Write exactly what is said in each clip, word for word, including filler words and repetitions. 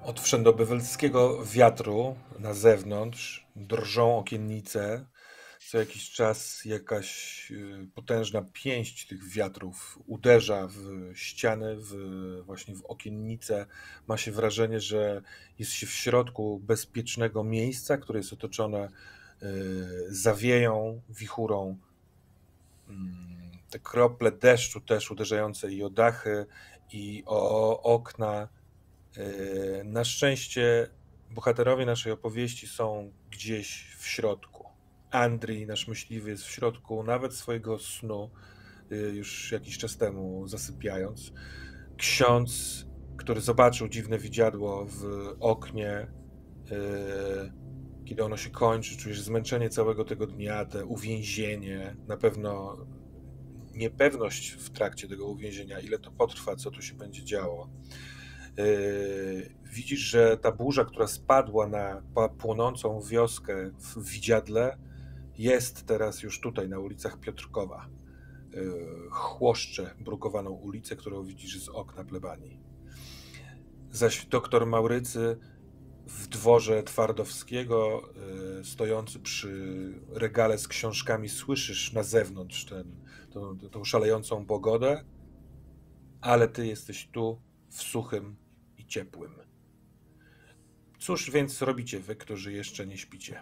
Od wszędobywalskiego wiatru na zewnątrz drżą okiennice. Co jakiś czas jakaś y, potężna pięść tych wiatrów uderza w ściany, w, właśnie w okiennice. Ma się wrażenie, że jest się w środku bezpiecznego miejsca, które jest otoczone y, zawieją, wichurą. Mm, Te krople deszczu też uderzające i o dachy, i o okna. Yy, Na szczęście bohaterowie naszej opowieści są gdzieś w środku. Andrii, nasz myśliwy, jest w środku nawet swojego snu, yy, już jakiś czas temu zasypiając. Ksiądz, który zobaczył dziwne widziadło w oknie, yy, kiedy ono się kończy, czujesz zmęczenie całego tego dnia, te uwięzienie, na pewno niepewność w trakcie tego uwięzienia, ile to potrwa, co tu się będzie działo. Yy, widzisz, że ta burza, która spadła na płonącą wioskę w Widziadle, jest teraz już tutaj na ulicach Piotrkowa. Yy, chłoszcze brukowaną ulicę, którą widzisz z okna plebanii. Zaś doktor Maurycy w dworze Twardowskiego, yy, stojący przy regale z książkami, słyszysz na zewnątrz ten, tą, tą szalejącą pogodę, ale ty jesteś tu w suchym i ciepłym. Cóż więc robicie wy, którzy jeszcze nie śpicie?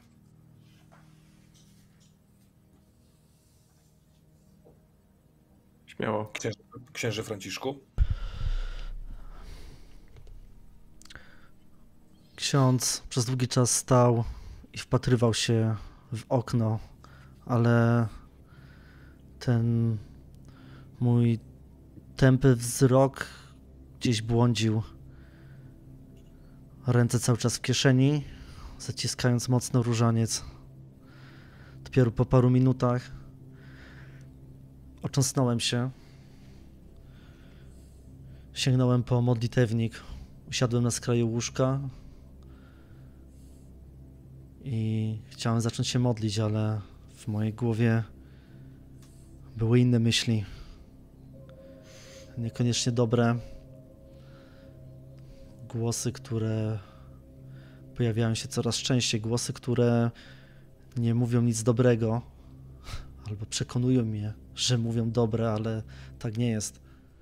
Śmiało. Księży, księży Franciszku? Ksiądz przez długi czas stał i wpatrywał się w okno, ale ten mój tępy wzrok gdzieś błądził. Ręce cały czas w kieszeni, zaciskając mocno różaniec. Dopiero po paru minutach otrząsnąłem się. Sięgnąłem po modlitewnik. Usiadłem na skraju łóżka i chciałem zacząć się modlić, ale w mojej głowie były inne myśli. Niekoniecznie dobre. Głosy, które pojawiają się coraz częściej. Głosy, które nie mówią nic dobrego. Albo przekonują mnie, że mówią dobre, ale tak nie jest.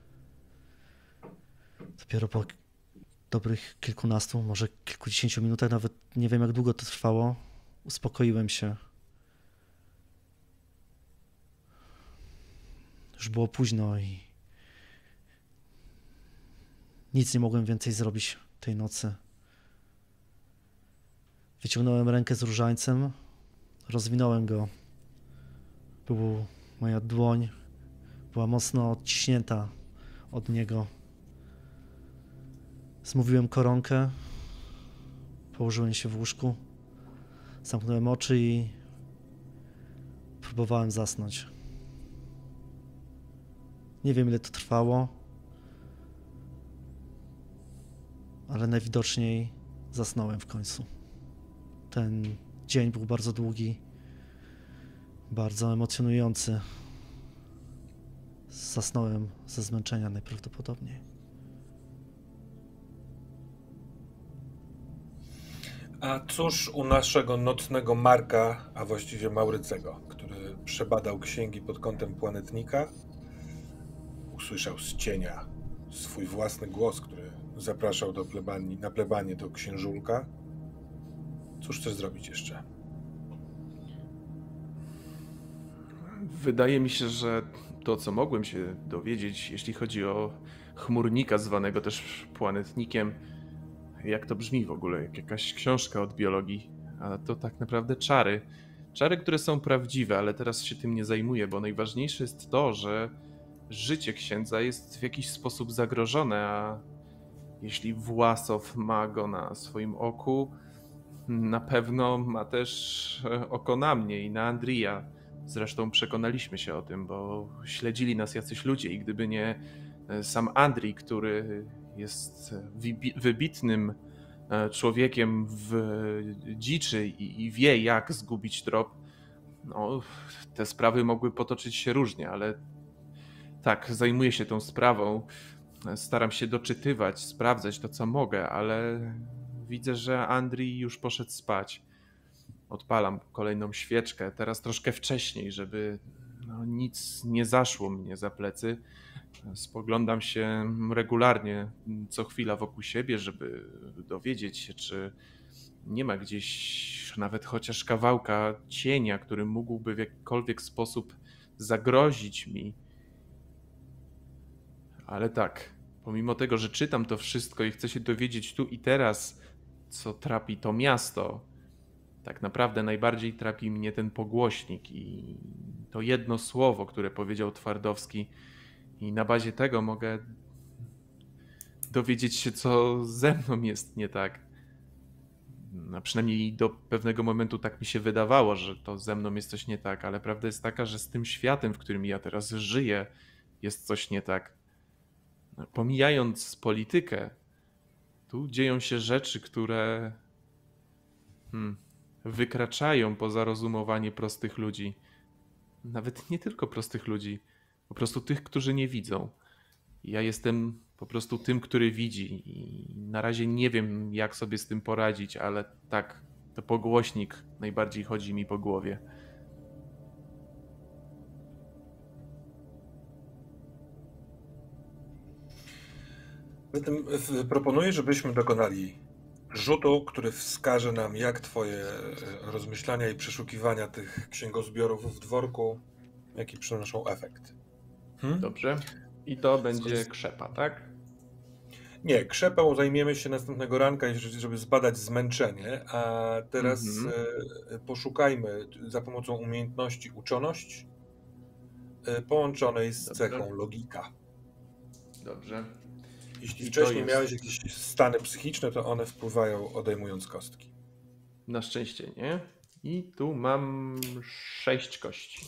Dopiero po dobrych kilkunastu, może kilkudziesięciu minutach, nawet nie wiem jak długo to trwało, uspokoiłem się. Już było późno i nic nie mogłem więcej zrobić tej nocy. Wyciągnąłem rękę z różańcem, rozwinąłem go. Był, moja dłoń była mocno odciśnięta od niego. Zmówiłem koronkę, położyłem się w łóżku, zamknąłem oczy i próbowałem zasnąć. Nie wiem, ile to trwało, ale najwidoczniej zasnąłem w końcu. Ten dzień był bardzo długi, bardzo emocjonujący. Zasnąłem ze zmęczenia najprawdopodobniej. A cóż u naszego nocnego Marka, a właściwie Maurycego, który przebadał księgi pod kątem planetnika, usłyszał z cienia swój własny głos, który zapraszał do plebanii, na plebanię do księżulka. Cóż chcesz zrobić jeszcze? Wydaje mi się, że to, co mogłem się dowiedzieć, jeśli chodzi o chmurnika zwanego też planetnikiem, jak to brzmi w ogóle, jak jakaś książka od biologii, a to tak naprawdę czary. Czary, które są prawdziwe, ale teraz się tym nie zajmuję, bo najważniejsze jest to, że życie księdza jest w jakiś sposób zagrożone, a jeśli Własow ma go na swoim oku, na pewno ma też oko na mnie i na Andrija. Zresztą przekonaliśmy się o tym, bo śledzili nas jacyś ludzie i gdyby nie sam Andrii, który jest wybitnym człowiekiem w dziczy i, i wie, jak zgubić trop, no, te sprawy mogły potoczyć się różnie, ale tak, zajmuję się tą sprawą. Staram się doczytywać, sprawdzać to, co mogę, ale widzę, że Andrii już poszedł spać. Odpalam kolejną świeczkę, teraz troszkę wcześniej, żeby no, nic nie zaszło mnie za plecy. Spoglądam się regularnie co chwila wokół siebie, żeby dowiedzieć się, czy nie ma gdzieś nawet chociaż kawałka cienia, który mógłby w jakikolwiek sposób zagrozić mi. Ale tak, pomimo tego, że czytam to wszystko i chcę się dowiedzieć tu i teraz, co trapi to miasto, tak naprawdę najbardziej trapi mnie ten pogłośnik i to jedno słowo, które powiedział Twardowski, i na bazie tego mogę dowiedzieć się, co ze mną jest nie tak. A przynajmniej do pewnego momentu tak mi się wydawało, że to ze mną jest coś nie tak, ale prawda jest taka, że z tym światem, w którym ja teraz żyję, jest coś nie tak. Pomijając politykę, tu dzieją się rzeczy, które hmm, wykraczają poza rozumowanie prostych ludzi. Nawet nie tylko prostych ludzi, po prostu tych, którzy nie widzą. Ja jestem po prostu tym, który widzi i na razie nie wiem, jak sobie z tym poradzić, ale tak, to pogłośnik najbardziej chodzi mi po głowie. Zatem proponuję, żebyśmy dokonali rzutu, który wskaże nam, jak twoje rozmyślania i przeszukiwania tych księgozbiorów w dworku, jaki przynoszą efekt. Hmm? Dobrze. I to będzie krzepa, tak? Nie, krzepą zajmiemy się następnego ranka, żeby zbadać zmęczenie, a teraz Mhm. poszukajmy za pomocą umiejętności uczoność połączonej z Dobrze. cechą logika. Dobrze. Jeśli I wcześniej jest... miałeś jakieś stany psychiczne, to one wpływają odejmując kostki. Na szczęście nie. I tu mam sześć kości.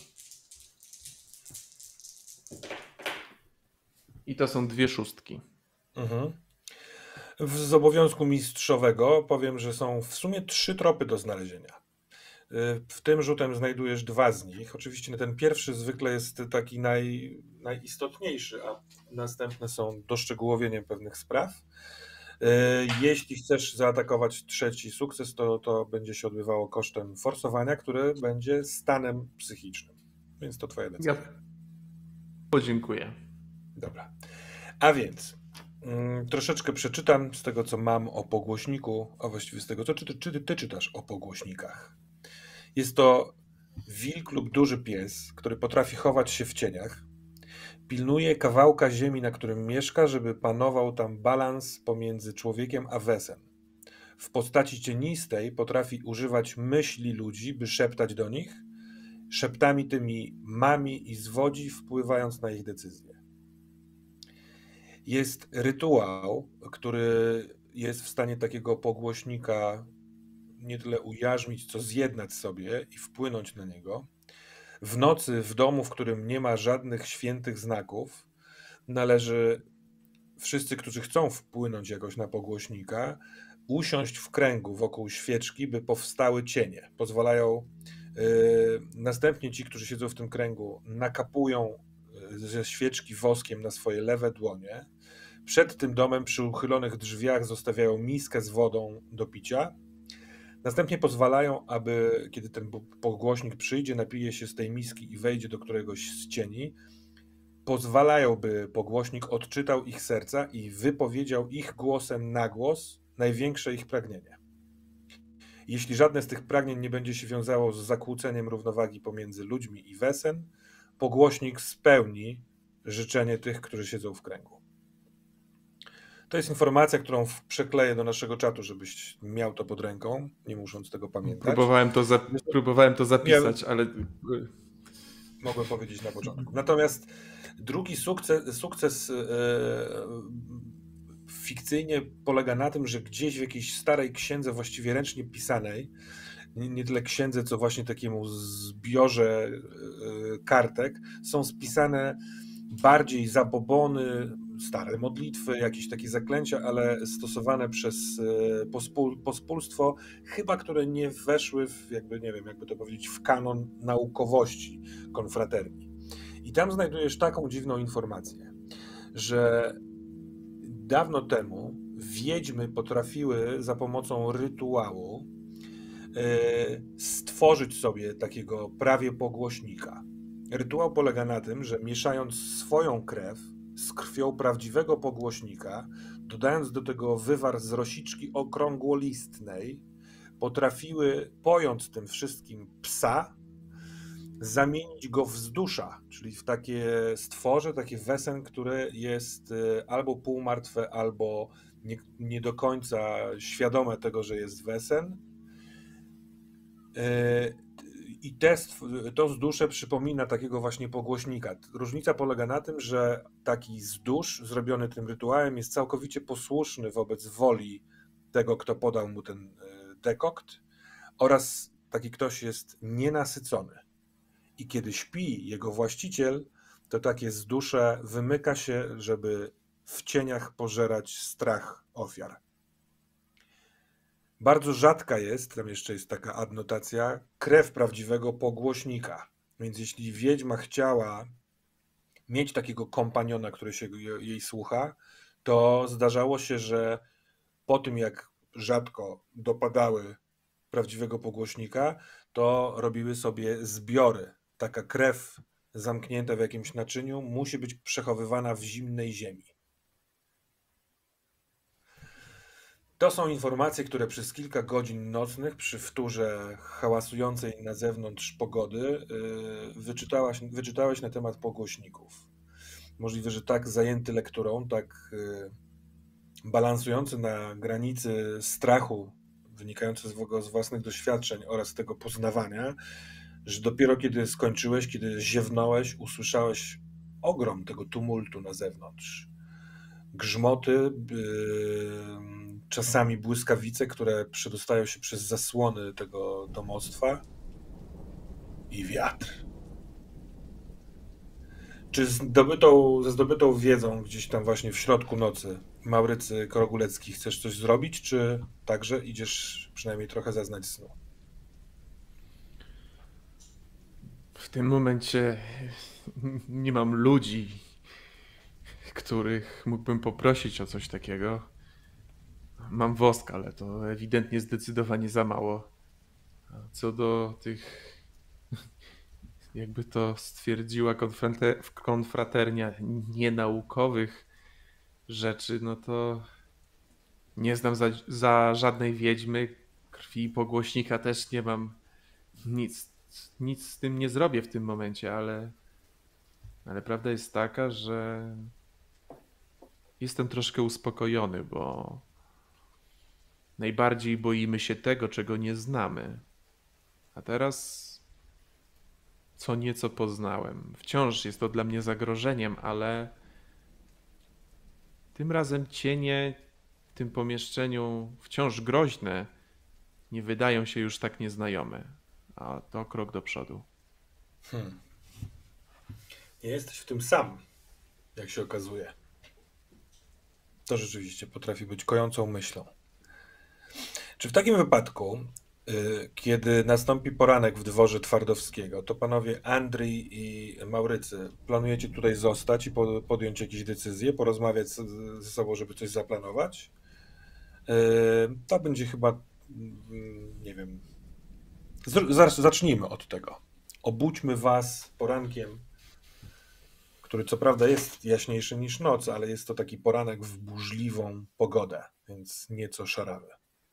I to są dwie szóstki. Mhm. Z obowiązku mistrzowego powiem, że są w sumie trzy tropy do znalezienia. W tym rzutem znajdujesz dwa z nich. Oczywiście ten pierwszy zwykle jest taki naj, najistotniejszy, a następne są doszczegółowieniem pewnych spraw. Jeśli chcesz zaatakować trzeci sukces, to, to będzie się odbywało kosztem forsowania, które będzie stanem psychicznym. Więc to twoja decyzja. Ja podziękuję. Dobra. A więc mm, troszeczkę przeczytam z tego, co mam o pogłośniku, a właściwie z tego, co czy ty, czy ty czytasz o pogłośnikach. Jest to wilk lub duży pies, który potrafi chować się w cieniach. Pilnuje kawałka ziemi, na którym mieszka, żeby panował tam balans pomiędzy człowiekiem a wesem. W postaci cienistej potrafi używać myśli ludzi, by szeptać do nich. Szeptami tymi mami i zwodzi, wpływając na ich decyzje. Jest rytuał, który jest w stanie takiego pogłośnika nie tyle ujarzmić, co zjednać sobie i wpłynąć na niego. W nocy w domu, w którym nie ma żadnych świętych znaków, należy wszyscy, którzy chcą wpłynąć jakoś na pogłośnika, usiąść w kręgu wokół świeczki, by powstały cienie. Pozwalają, yy, następnie ci, którzy siedzą w tym kręgu, nakapują ze świeczki woskiem na swoje lewe dłonie. Przed tym domem przy uchylonych drzwiach zostawiają miskę z wodą do picia. Następnie pozwalają, aby kiedy ten pogłośnik przyjdzie, napije się z tej miski i wejdzie do któregoś z cieni, pozwalają, by pogłośnik odczytał ich serca i wypowiedział ich głosem na głos największe ich pragnienie. Jeśli żadne z tych pragnień nie będzie się wiązało z zakłóceniem równowagi pomiędzy ludźmi i wesem, pogłośnik spełni życzenie tych, którzy siedzą w kręgu. To jest informacja, którą przekleję do naszego czatu, żebyś miał to pod ręką, nie musząc tego pamiętać. Próbowałem to, za, próbowałem to zapisać, ale... Mogłem powiedzieć na początku. Natomiast drugi sukces, sukces e, fikcyjnie polega na tym, że gdzieś w jakiejś starej księdze, właściwie ręcznie pisanej, nie, nie tyle księdze, co właśnie takiemu zbiorze e, kartek, są spisane bardziej zabobony, stare modlitwy, jakieś takie zaklęcia, ale stosowane przez pospól, pospólstwo, chyba które nie weszły w, jakby, nie wiem, jakby to powiedzieć, w kanon naukowości konfraterni. I tam znajdujesz taką dziwną informację, że dawno temu wiedźmy potrafiły za pomocą rytuału yy, stworzyć sobie takiego prawie pogłośnika. Rytuał polega na tym, że mieszając swoją krew z krwią prawdziwego pogłośnika, dodając do tego wywar z rosiczki okrągłolistnej, potrafiły, pojąc tym wszystkim psa, zamienić go w zdusza, czyli w takie stworze, takie wesen, które jest albo półmartwe, albo nie, nie do końca świadome tego, że jest wesen. I te, to zdusze przypomina takiego właśnie pogłośnika. Różnica polega na tym, że taki zdusz zrobiony tym rytuałem jest całkowicie posłuszny wobec woli tego, kto podał mu ten dekokt, oraz taki ktoś jest nienasycony. I kiedy śpi jego właściciel, to takie zdusze wymyka się, żeby w cieniach pożerać strach ofiar. Bardzo rzadka jest, tam jeszcze jest taka adnotacja, krew prawdziwego pogłośnika. Więc jeśli wiedźma chciała mieć takiego kompaniona, który się jej słucha, to zdarzało się, że po tym jak rzadko dopadały prawdziwego pogłośnika, to robiły sobie zbiory. Taka krew zamknięta w jakimś naczyniu musi być przechowywana w zimnej ziemi. To są informacje, które przez kilka godzin nocnych przy wtórze hałasującej na zewnątrz pogody wyczytałaś, wyczytałeś na temat pogłośników. Możliwe, że tak zajęty lekturą, tak balansujący na granicy strachu wynikającego z własnych doświadczeń oraz tego poznawania, że dopiero kiedy skończyłeś, kiedy ziewnąłeś, usłyszałeś ogrom tego tumultu na zewnątrz. Grzmoty, yy, czasami błyskawice, które przedostają się przez zasłony tego domostwa i wiatr. Czy zdobytą, ze zdobytą wiedzą gdzieś tam właśnie w środku nocy, Maurycy Krogulecki, chcesz coś zrobić, czy także idziesz przynajmniej trochę zaznać snu? W tym momencie nie mam ludzi, których mógłbym poprosić o coś takiego. Mam wosk, ale to ewidentnie zdecydowanie za mało. A co do tych, jakby to stwierdziła konfraternia, nienaukowych rzeczy, no to nie znam za, za żadnej wiedźmy, krwi pogłośnika też nie mam. Nic, nic z tym nie zrobię w tym momencie, ale, ale prawda jest taka, że jestem troszkę uspokojony, bo najbardziej boimy się tego, czego nie znamy. A teraz co nieco poznałem. Wciąż jest to dla mnie zagrożeniem, ale tym razem cienie w tym pomieszczeniu wciąż groźne nie wydają się już tak nieznajome. A to krok do przodu. Hmm. Nie jesteś w tym sam, jak się okazuje. To rzeczywiście potrafi być kojącą myślą. Czy w takim wypadku, yy, kiedy nastąpi poranek w dworze Twardowskiego, to panowie Andrii i Maurycy planujecie tutaj zostać i po, podjąć jakieś decyzje, porozmawiać z, ze sobą, żeby coś zaplanować? Yy, to będzie chyba, yy, nie wiem, z, zacznijmy od tego. Obudźmy was porankiem, który co prawda jest jaśniejszy niż noc, ale jest to taki poranek w burzliwą pogodę, więc nieco szarawy.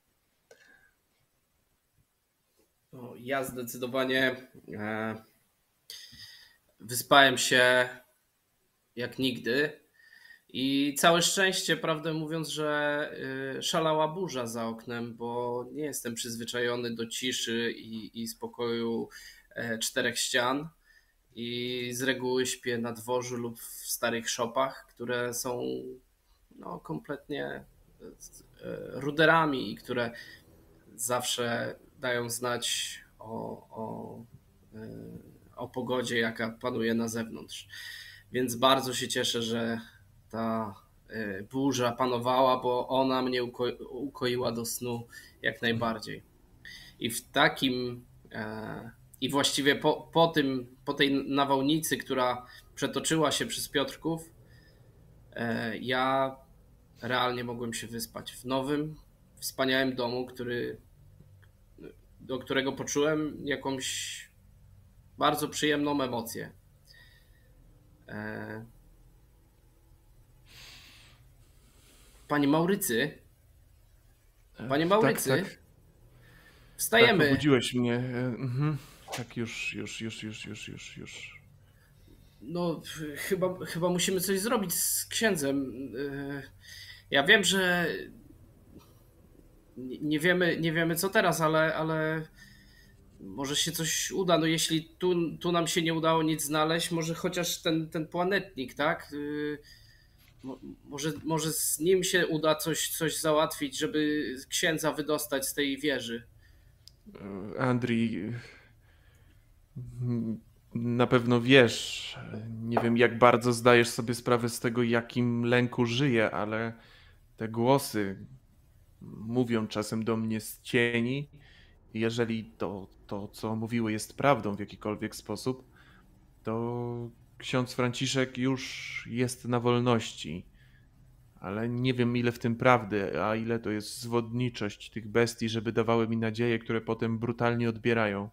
No, ja zdecydowanie e, wyspałem się jak nigdy i całe szczęście, prawdę mówiąc, że y, szalała burza za oknem, bo nie jestem przyzwyczajony do ciszy i, i spokoju e, czterech ścian i z reguły śpię na dworzu lub w starych szopach, które są no, kompletnie e, ruderami i które zawsze dają znać o, o, o pogodzie, jaka panuje na zewnątrz. Więc bardzo się cieszę, że ta burza panowała, bo ona mnie uko- ukoiła do snu jak najbardziej. I w takim i właściwie po, po tym, po tej nawałnicy, która przetoczyła się przez Piotrków, ja realnie mogłem się wyspać w nowym, wspaniałym domu, który, do którego poczułem jakąś bardzo przyjemną emocję. E... Panie Maurycy, panie Maurycy, Tak, tak. wstajemy. Tak, obudziłeś mnie. Mhm. Tak, już, już, już, już, już, już, już. No, chyba, chyba musimy coś zrobić z księdzem. Ja wiem, że nie wiemy, nie wiemy co teraz, ale, ale może się coś uda. No jeśli tu, tu nam się nie udało nic znaleźć, może chociaż ten, ten planetnik, tak? Może, może z nim się uda coś, coś załatwić, żeby księdza wydostać z tej wieży. Andrii, na pewno wiesz, nie wiem jak bardzo zdajesz sobie sprawę z tego, jakim lęku żyję, ale te głosy mówią czasem do mnie z cieni. Jeżeli to, to co mówiły jest prawdą w jakikolwiek sposób, to ksiądz Franciszek już jest na wolności. Ale nie wiem ile w tym prawdy, a ile to jest zwodniczość tych bestii, żeby dawały mi nadzieję, które potem brutalnie odbierają.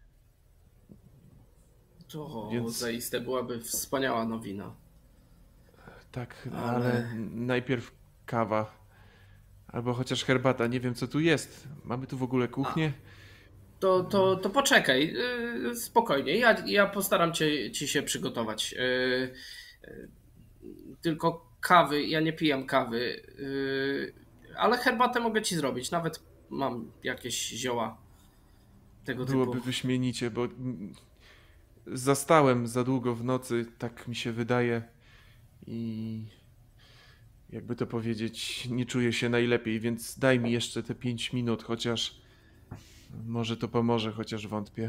To Więc... zaiste byłaby wspaniała nowina. Tak, ale... ale najpierw kawa. Albo chociaż herbata, nie wiem co tu jest. Mamy tu w ogóle kuchnię? A, to, to, to poczekaj, yy, spokojnie, ja, ja postaram cię, ci się przygotować. Yy, yy, tylko kawy, ja nie pijam kawy, yy, ale herbatę mogę ci zrobić, nawet mam jakieś zioła tego Byłoby typu. wyśmienicie, bo zastałem za długo w nocy, tak mi się wydaje i jakby to powiedzieć, nie czuję się najlepiej, więc daj mi jeszcze te pięć minut, chociaż może to pomoże, chociaż wątpię.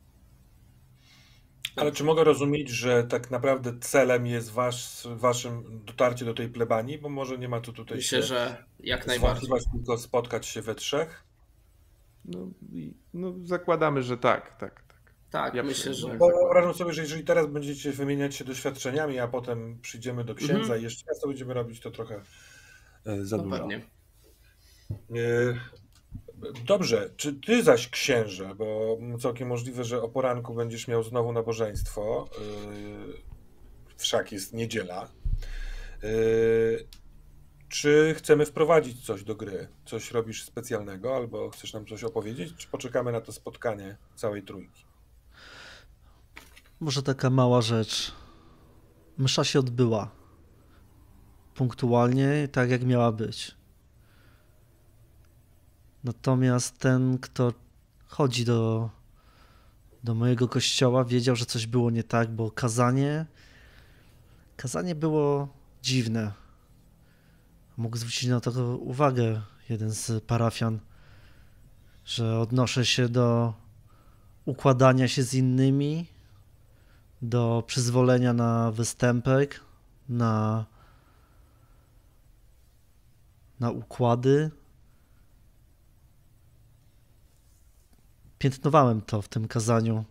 Ale czy mogę rozumieć, że tak naprawdę celem jest wasz, waszym dotarcie do tej plebanii? Bo może nie ma tu tutaj Myślę, się że jak najbardziej. tylko spotkać się we trzech? No, no zakładamy, że tak, tak, tak. Tak, ja myślę, że... Bo wyobrażam sobie, że jeżeli teraz będziecie wymieniać się doświadczeniami, a potem przyjdziemy do księdza Mhm. i jeszcze raz to będziemy robić, to trochę e, za No dużo. pewnie. E, Dobrze, czy ty zaś księże, bo całkiem możliwe, że o poranku będziesz miał znowu nabożeństwo, yy, wszak jest niedziela, yy, czy chcemy wprowadzić coś do gry? Coś robisz specjalnego, albo chcesz nam coś opowiedzieć, czy poczekamy na to spotkanie całej trójki? Może taka mała rzecz. Msza się odbyła punktualnie, tak jak miała być. Natomiast ten, kto chodzi do, do mojego kościoła, wiedział, że coś było nie tak, bo kazanie, kazanie było dziwne. Mógł zwrócić na to uwagę jeden z parafian, że odnoszę się do układania się z innymi, do przyzwolenia na występek, na, na układy. Piętnowałem to w tym kazaniu.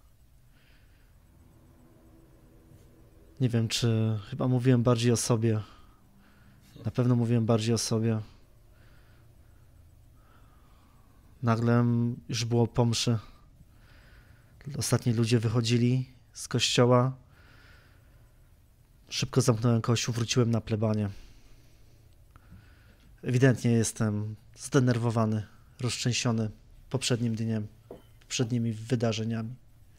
Nie wiem, czy chyba mówiłem bardziej o sobie. Na pewno mówiłem bardziej o sobie. Nagle już było po mszy. Ostatni ludzie wychodzili z kościoła. Szybko zamknąłem kościół, wróciłem na plebanię. Ewidentnie jestem zdenerwowany, roztrzęsiony poprzednim dniem, poprzednimi wydarzeniami.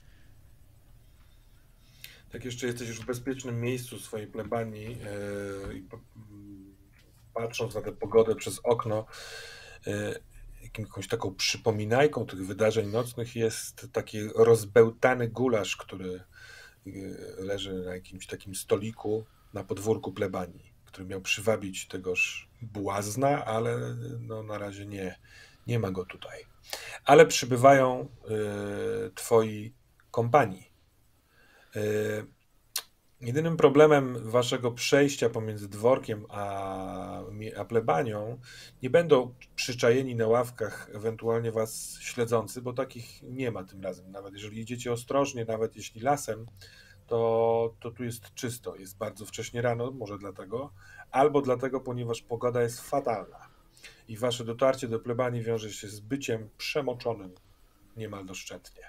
Tak jeszcze jesteś już w bezpiecznym miejscu swojej plebanii yy, i patrząc na tę pogodę przez okno, yy, jakąś taką przypominajką tych wydarzeń nocnych jest taki rozbełtany gulasz, który leży na jakimś takim stoliku na podwórku plebanii, który miał przywabić tegoż błazna, ale no na razie nie, nie ma go tutaj. Ale przybywają y, twoi kompanii. Y, jedynym problemem waszego przejścia pomiędzy dworkiem a, a plebanią nie będą przyczajeni na ławkach ewentualnie was śledzący, bo takich nie ma tym razem. Nawet jeżeli idziecie ostrożnie, nawet jeśli lasem, to, to tu jest czysto. Jest bardzo wcześnie rano, może dlatego, albo dlatego, ponieważ pogoda jest fatalna i wasze dotarcie do plebanii wiąże się z byciem przemoczonym niemal doszczętnie.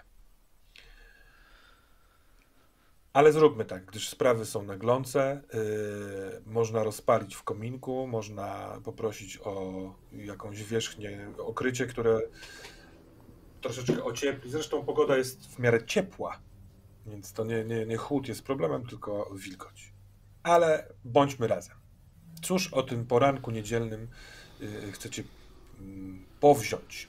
Ale zróbmy tak, gdyż sprawy są naglące, yy, można rozpalić w kominku, można poprosić o jakąś wierzchnię, okrycie, które troszeczkę ociepli. Zresztą pogoda jest w miarę ciepła, więc to nie, nie, nie chłód jest problemem, tylko wilgoć. Ale bądźmy razem. Cóż o tym poranku niedzielnym yy, chcecie yy, powziąć?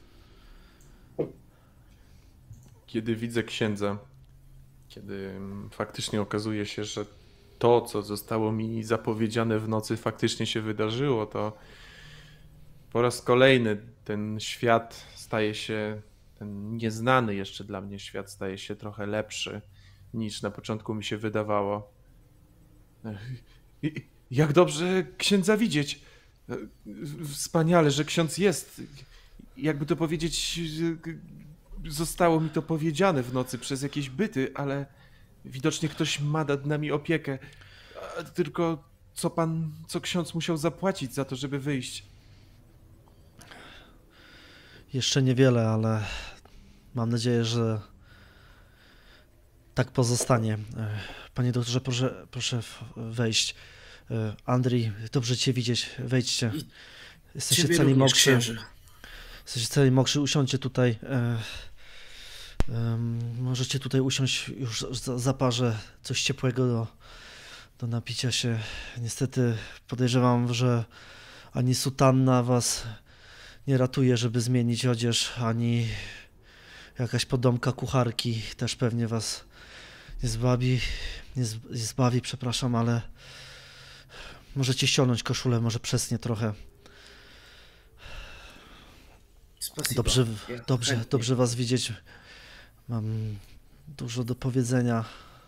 Kiedy widzę księdza, kiedy faktycznie okazuje się, że to, co zostało mi zapowiedziane w nocy, faktycznie się wydarzyło, to po raz kolejny ten świat staje się, ten nieznany jeszcze dla mnie świat staje się trochę lepszy, niż na początku mi się wydawało. Jak dobrze księdza widzieć. Wspaniale, że ksiądz jest. Jakby to powiedzieć, zostało mi to powiedziane w nocy przez jakieś byty, ale widocznie ktoś ma nad nami opiekę. Tylko co pan, co ksiądz musiał zapłacić za to, żeby wyjść? Jeszcze niewiele, ale mam nadzieję, że tak pozostanie. Panie doktorze, proszę, proszę wejść. Andrzej, dobrze cię widzieć. Wejdźcie. Jesteście cali mokrzy. Jesteście cali mokrzy. Usiądźcie tutaj. Możecie tutaj usiąść. Już zaparzę coś ciepłego do, do napicia się. Niestety podejrzewam, że ani sutanna was nie ratuje, żeby zmienić odzież, ani jakaś podomka kucharki też pewnie was nie zbawi, nie, z, nie zbawi, przepraszam, ale możecie ściągnąć koszulę, może przesnie trochę. Spasiba. Dobrze, Ja dobrze, chętnie. dobrze was widzieć. Mam dużo do powiedzenia.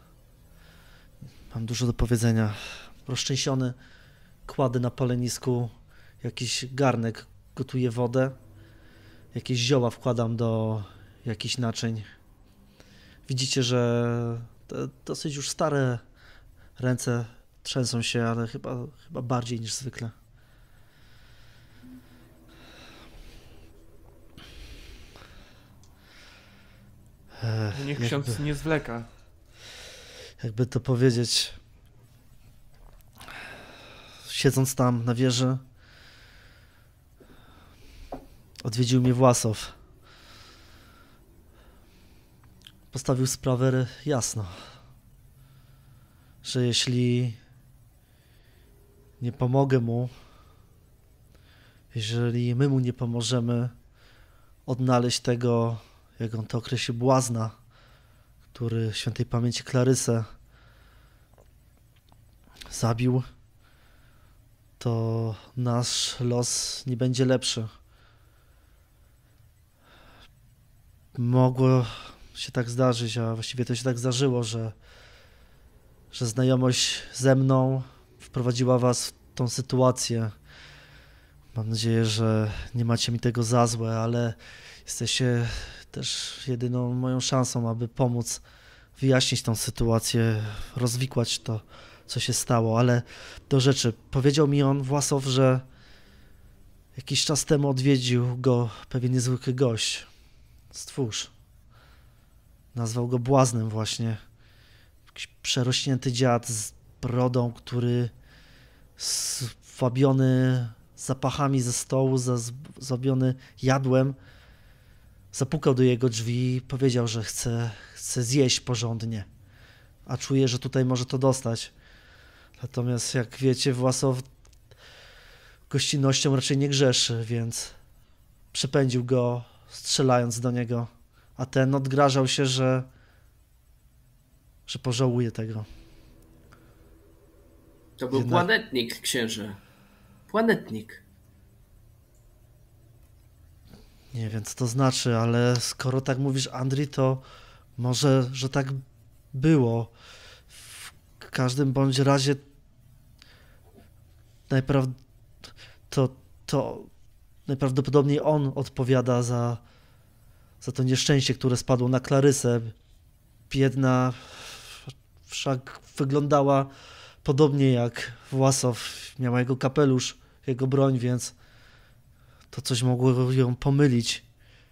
Mam dużo do powiedzenia. Rozczęsiony kładę na palenisku jakiś garnek, gotuję wodę, jakieś zioła wkładam do jakichś naczyń. Widzicie, że te dosyć już stare ręce trzęsą się, ale chyba, chyba bardziej niż zwykle. Niech jakby, ksiądz nie zwleka. Jakby to powiedzieć, siedząc tam na wieży, odwiedził mnie Własow. Postawił sprawę jasno, że jeśli nie pomogę mu, jeżeli my mu nie pomożemy odnaleźć tego, jak on to określił, błazna, który świętej pamięci Klarysę zabił, to nasz los nie będzie lepszy. Mogło się tak zdarzyć, a właściwie to się tak zdarzyło, że, że znajomość ze mną wprowadziła was w tą sytuację. Mam nadzieję, że nie macie mi tego za złe, ale jesteście też jedyną moją szansą, aby pomóc wyjaśnić tą sytuację, rozwikłać to, co się stało. Ale do rzeczy. Powiedział mi on, Własow, że jakiś czas temu odwiedził go pewien niezwykły gość. Stwórz. Nazwał go błaznem właśnie. Jakiś przerośnięty dziad z brodą, który zwabiony zapachami ze stołu, zwabiony jadłem, zapukał do jego drzwi i powiedział, że chce, chce zjeść porządnie, a czuje, że tutaj może to dostać. Natomiast jak wiecie, Własow gościnnością raczej nie grzeszy, więc przepędził go, strzelając do niego, a ten odgrażał się, że, że pożałuje tego. To był Jednak... planetnik, księże. Planetnik. Nie wiem, co to znaczy, ale skoro tak mówisz, Andrzej, to może, że tak było. W każdym bądź razie najpraw... to, to najprawdopodobniej on odpowiada za, za to nieszczęście, które spadło na Klarysę. Biedna, wszak wyglądała podobnie jak Własow. Miała jego kapelusz, jego broń, więc to coś mogło ją pomylić.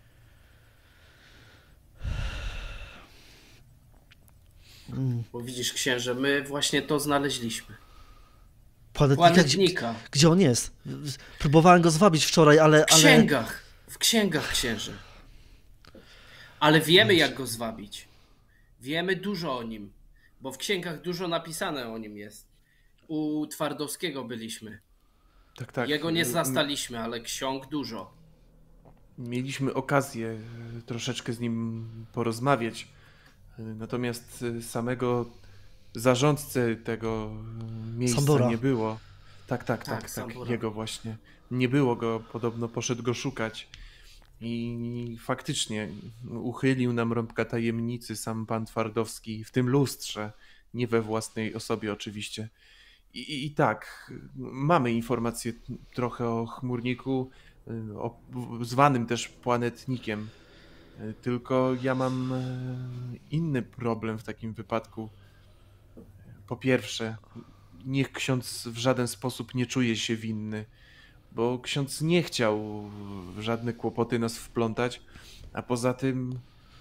Bo widzisz, księże, my właśnie to znaleźliśmy. Planetnika, Planetnika. Gdzie, gdzie on jest? Próbowałem go zwabić wczoraj, ale... W księgach. Ale... W księgach, księże. Ale wiemy, jak go zwabić. Wiemy dużo o nim. Bo w księgach dużo napisane o nim jest. U Twardowskiego byliśmy. Tak, tak. Jego nie zastaliśmy, ale ksiąg dużo. Mieliśmy okazję troszeczkę z nim porozmawiać. Natomiast samego zarządcy tego miejsca Sambora. nie było. Tak, tak, tak, Tak, tak, Sambora. jego właśnie. Nie było go, podobno poszedł go szukać. I faktycznie uchylił nam rąbka tajemnicy sam pan Twardowski w tym lustrze, nie we własnej osobie oczywiście. I, i, i tak, mamy informacje trochę o chmurniku, o, zwanym też planetnikiem. Tylko ja mam inny problem w takim wypadku. Po pierwsze, niech ksiądz w żaden sposób nie czuje się winny, bo ksiądz nie chciał w żadne kłopoty nas wplątać, a poza tym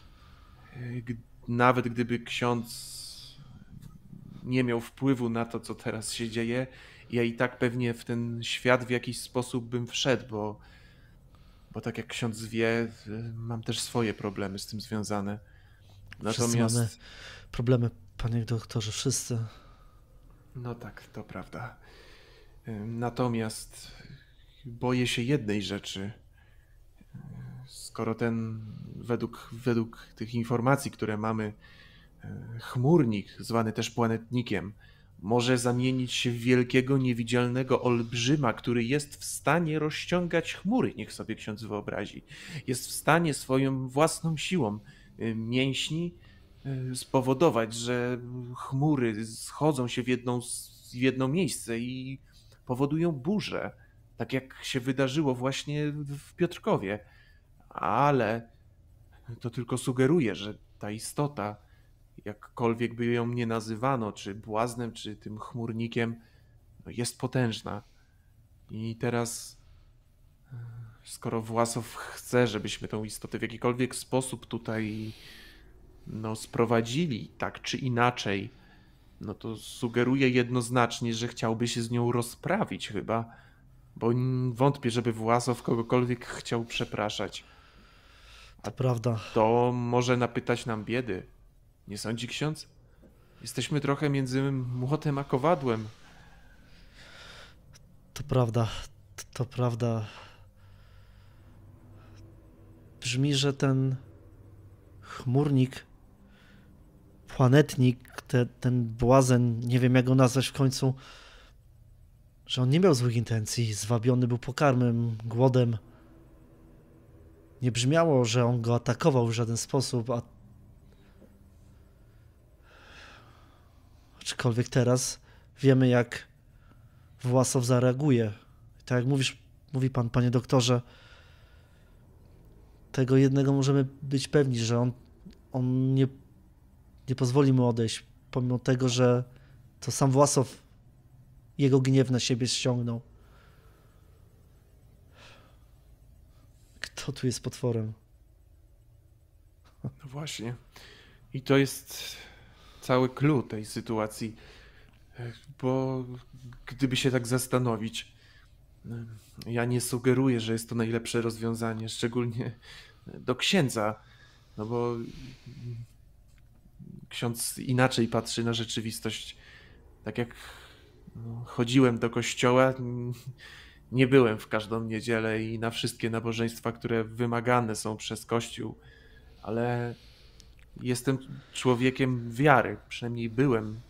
nawet gdyby ksiądz nie miał wpływu na to, co teraz się dzieje, ja i tak pewnie w ten świat w jakiś sposób bym wszedł, bo Bo tak jak ksiądz wie, mam też swoje problemy z tym związane. Natomiast... Wszyscy mamy problemy, panie doktorze, wszyscy. No tak, to prawda. Natomiast boję się jednej rzeczy. Skoro ten, według, według tych informacji, które mamy, chmurnik, zwany też planetnikiem, może zamienić się w wielkiego, niewidzialnego olbrzyma, który jest w stanie rozciągać chmury, niech sobie ksiądz wyobrazi. Jest w stanie swoją własną siłą mięśni spowodować, że chmury schodzą się w, jedną, w jedno miejsce i powodują burzę, tak jak się wydarzyło właśnie w Piotrkowie. Ale to tylko sugeruje, że ta istota, jakkolwiek by ją nie nazywano, czy błaznem, czy tym chmurnikiem, no jest potężna. I teraz, skoro Własow chce, żebyśmy tą istotę w jakikolwiek sposób tutaj no, sprowadzili, tak czy inaczej, no to sugeruje jednoznacznie, że chciałby się z nią rozprawić chyba, bo wątpię, żeby Własow kogokolwiek chciał przepraszać. To prawda. To może napytać nam biedy. Nie sądzi ksiądz? Jesteśmy trochę między młotem a kowadłem. To prawda, to, to prawda. Brzmi, że ten chmurnik, planetnik, te, ten błazen, nie wiem jak go nazwać w końcu, że on nie miał złych intencji, zwabiony był pokarmem, głodem. Nie brzmiało, że on go atakował w żaden sposób, a aczkolwiek teraz wiemy, jak Własow zareaguje. I tak jak mówisz, mówi pan, panie doktorze, tego jednego możemy być pewni, że on, on nie, nie pozwoli mu odejść, pomimo tego, że to sam Własow jego gniew na siebie ściągnął. Kto tu jest potworem? No właśnie. I to jest cały clue tej sytuacji. Bo gdyby się tak zastanowić, ja nie sugeruję, że jest to najlepsze rozwiązanie, szczególnie do księdza, no bo ksiądz inaczej patrzy na rzeczywistość. Tak jak no, chodziłem do kościoła, nie byłem w każdą niedzielę i na wszystkie nabożeństwa, które wymagane są przez Kościół, ale jestem człowiekiem wiary, przynajmniej byłem.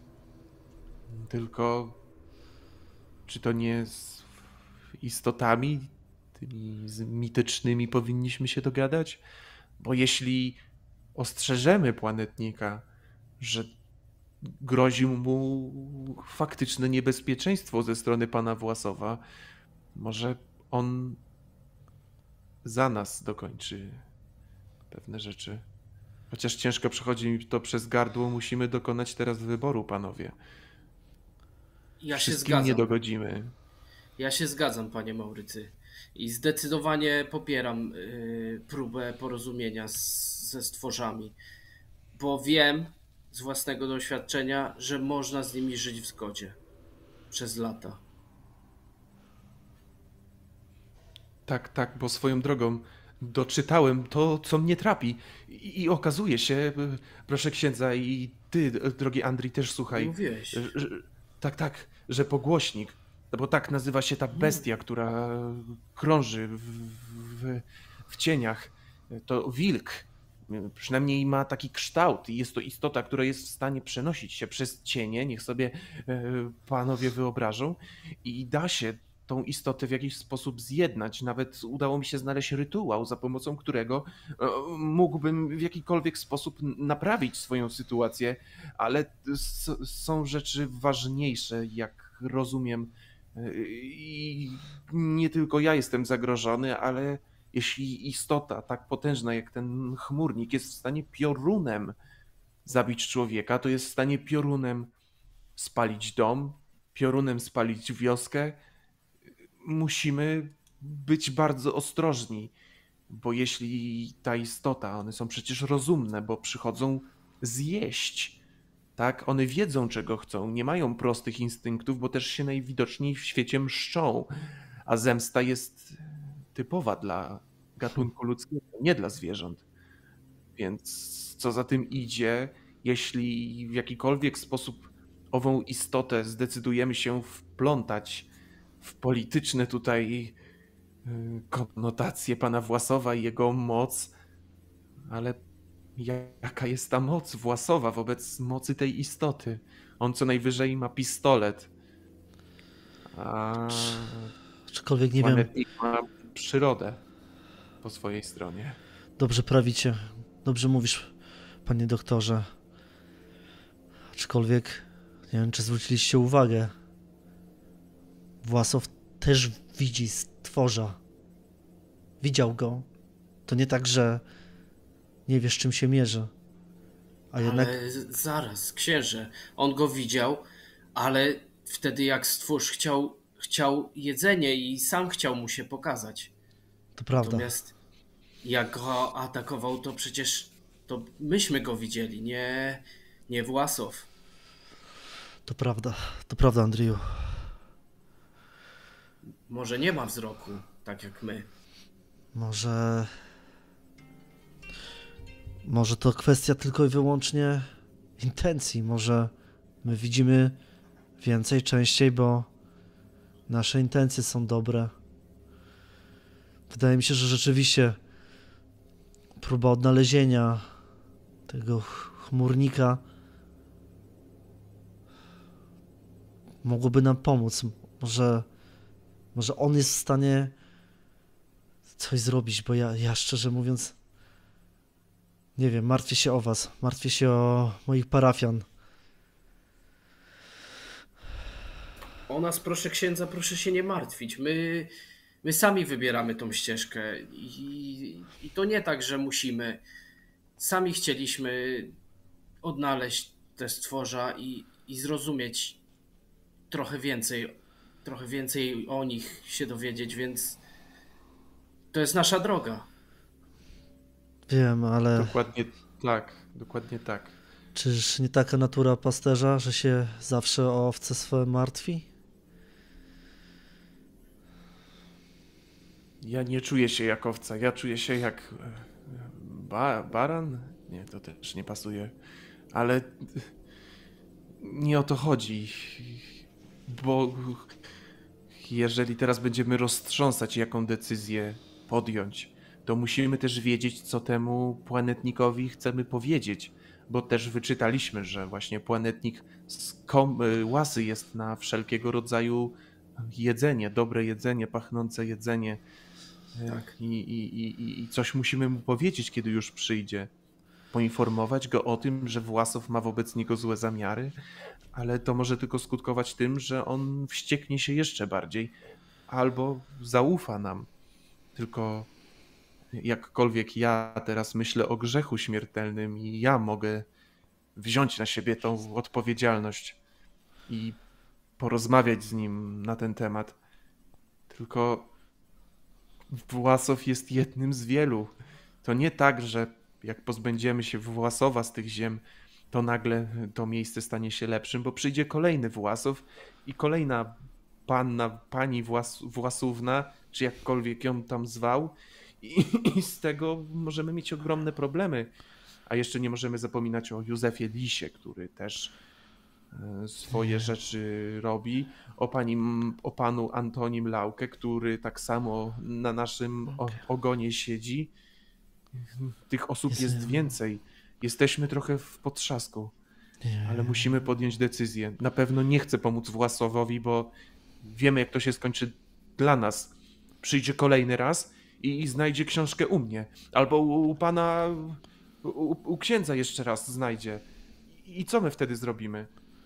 Tylko czy to nie z istotami, tymi mitycznymi powinniśmy się dogadać? Bo jeśli ostrzeżemy planetnika, że grozi mu faktyczne niebezpieczeństwo ze strony pana Własowa, może on za nas dokończy pewne rzeczy. Chociaż ciężko przechodzi mi to przez gardło, musimy dokonać teraz wyboru, panowie. Ja się Wszystkim zgadzam. nie dogodzimy. Ja się zgadzam, panie Maurycy. I zdecydowanie popieram y, próbę porozumienia z, ze stworzami. Bo wiem z własnego doświadczenia, że można z nimi żyć w zgodzie. Przez lata. Tak, tak, bo swoją drogą doczytałem to, co mnie trapi. I, i okazuje się, proszę księdza, i ty, drogi Andrzej, też słuchaj. Mówiłeś. Że, że, tak, tak, że pogłośnik, bo tak nazywa się ta bestia, która krąży w, w, w cieniach, to wilk. Przynajmniej ma taki kształt i jest to istota, która jest w stanie przenosić się przez cienie, niech sobie e, panowie wyobrażą, i da się tą istotę w jakiś sposób zjednać. Nawet udało mi się znaleźć rytuał, za pomocą którego e, mógłbym w jakikolwiek sposób naprawić swoją sytuację, ale s- są rzeczy ważniejsze, jak rozumiem. E, I nie tylko ja jestem zagrożony, ale jeśli istota tak potężna jak ten chmurnik jest w stanie piorunem zabić człowieka, to jest w stanie piorunem spalić dom, piorunem spalić wioskę. Musimy być bardzo ostrożni, bo jeśli ta istota, one są przecież rozumne, bo przychodzą zjeść, tak? One wiedzą, czego chcą, nie mają prostych instynktów, bo też się najwidoczniej w świecie mszczą, a zemsta jest typowa dla gatunku ludzkiego, nie dla zwierząt. Więc co za tym idzie, jeśli w jakikolwiek sposób ową istotę zdecydujemy się wplątać w polityczne tutaj y, konotacje pana Własowa i jego moc, ale jaka jest ta moc Własowa wobec mocy tej istoty? On co najwyżej ma pistolet, a Aczkolwiek nie wiem, planetnik ma przyrodę po swojej stronie. dobrze prawicie, dobrze mówisz, panie doktorze. Aczkolwiek nie wiem, czy zwróciliście uwagę. Własow też widzi stworza. Widział go. To nie tak, że nie wiesz, czym się mierzy. A jednak Ale z- zaraz, księże, on go widział, ale wtedy jak stwórz chciał, chciał jedzenie i sam chciał mu się pokazać. to prawda. Natomiast jak go atakował, to przecież to myśmy go widzieli, nie, nie Własow. To prawda. To prawda, Andrzeju. Może nie ma wzroku, tak jak my. Może... Może to kwestia tylko i wyłącznie intencji. Może my widzimy więcej, częściej, bo nasze intencje są dobre. Wydaje mi się, że rzeczywiście próba odnalezienia tego ch- chmurnika mogłoby nam pomóc. Może, może on jest w stanie coś zrobić, bo ja, ja szczerze mówiąc nie wiem, martwię się o was, martwię się o moich parafian. O nas, proszę księdza, proszę się nie martwić. My, my sami wybieramy tą ścieżkę i, i to nie tak, że musimy. Sami chcieliśmy odnaleźć te stworza i, i zrozumieć trochę więcej, trochę więcej o nich się dowiedzieć, więc to jest nasza droga. Wiem, ale Dokładnie tak, dokładnie tak. czyż nie taka natura pasterza, że się zawsze o owce swoje martwi? Ja nie czuję się jak owca, ja czuję się jak e, ba baran? Nie, to też nie pasuje, ale nie o to chodzi, bo jeżeli teraz będziemy roztrząsać, jaką decyzję podjąć, to musimy też wiedzieć, co temu planetnikowi chcemy powiedzieć, bo też wyczytaliśmy, że właśnie planetnik skom- łasy jest na wszelkiego rodzaju jedzenie, dobre jedzenie, pachnące jedzenie. Tak. I, i, i, I coś musimy mu powiedzieć, kiedy już przyjdzie. Poinformować go o tym, że Własow ma wobec niego złe zamiary, ale to może tylko skutkować tym, że on wścieknie się jeszcze bardziej albo zaufa nam. Tylko jakkolwiek ja teraz myślę o grzechu śmiertelnym i ja mogę wziąć na siebie tą odpowiedzialność i porozmawiać z nim na ten temat. Tylko Własow jest jednym z wielu. To nie tak, że jak pozbędziemy się Własowa z tych ziem, to nagle to miejsce stanie się lepszym, bo przyjdzie kolejny Własow i kolejna panna, pani Włas, Własówna, czy jakkolwiek ją tam zwał, i, i z tego możemy mieć ogromne problemy. A jeszcze nie możemy zapominać o Józefie Lisie, który też swoje rzeczy robi, o, pani, o panu Antonim Laukę, który tak samo na naszym o, ogonie siedzi. Tych osób jest, jest więcej. Jesteśmy trochę w potrzasku, nie. Ale musimy podjąć decyzję. Na pewno nie chcę pomóc Własowowi, bo wiemy, jak to się skończy dla nas. Przyjdzie kolejny raz i, i znajdzie książkę u mnie. Albo u, u pana, u, u księdza jeszcze raz znajdzie. I co my wtedy zrobimy?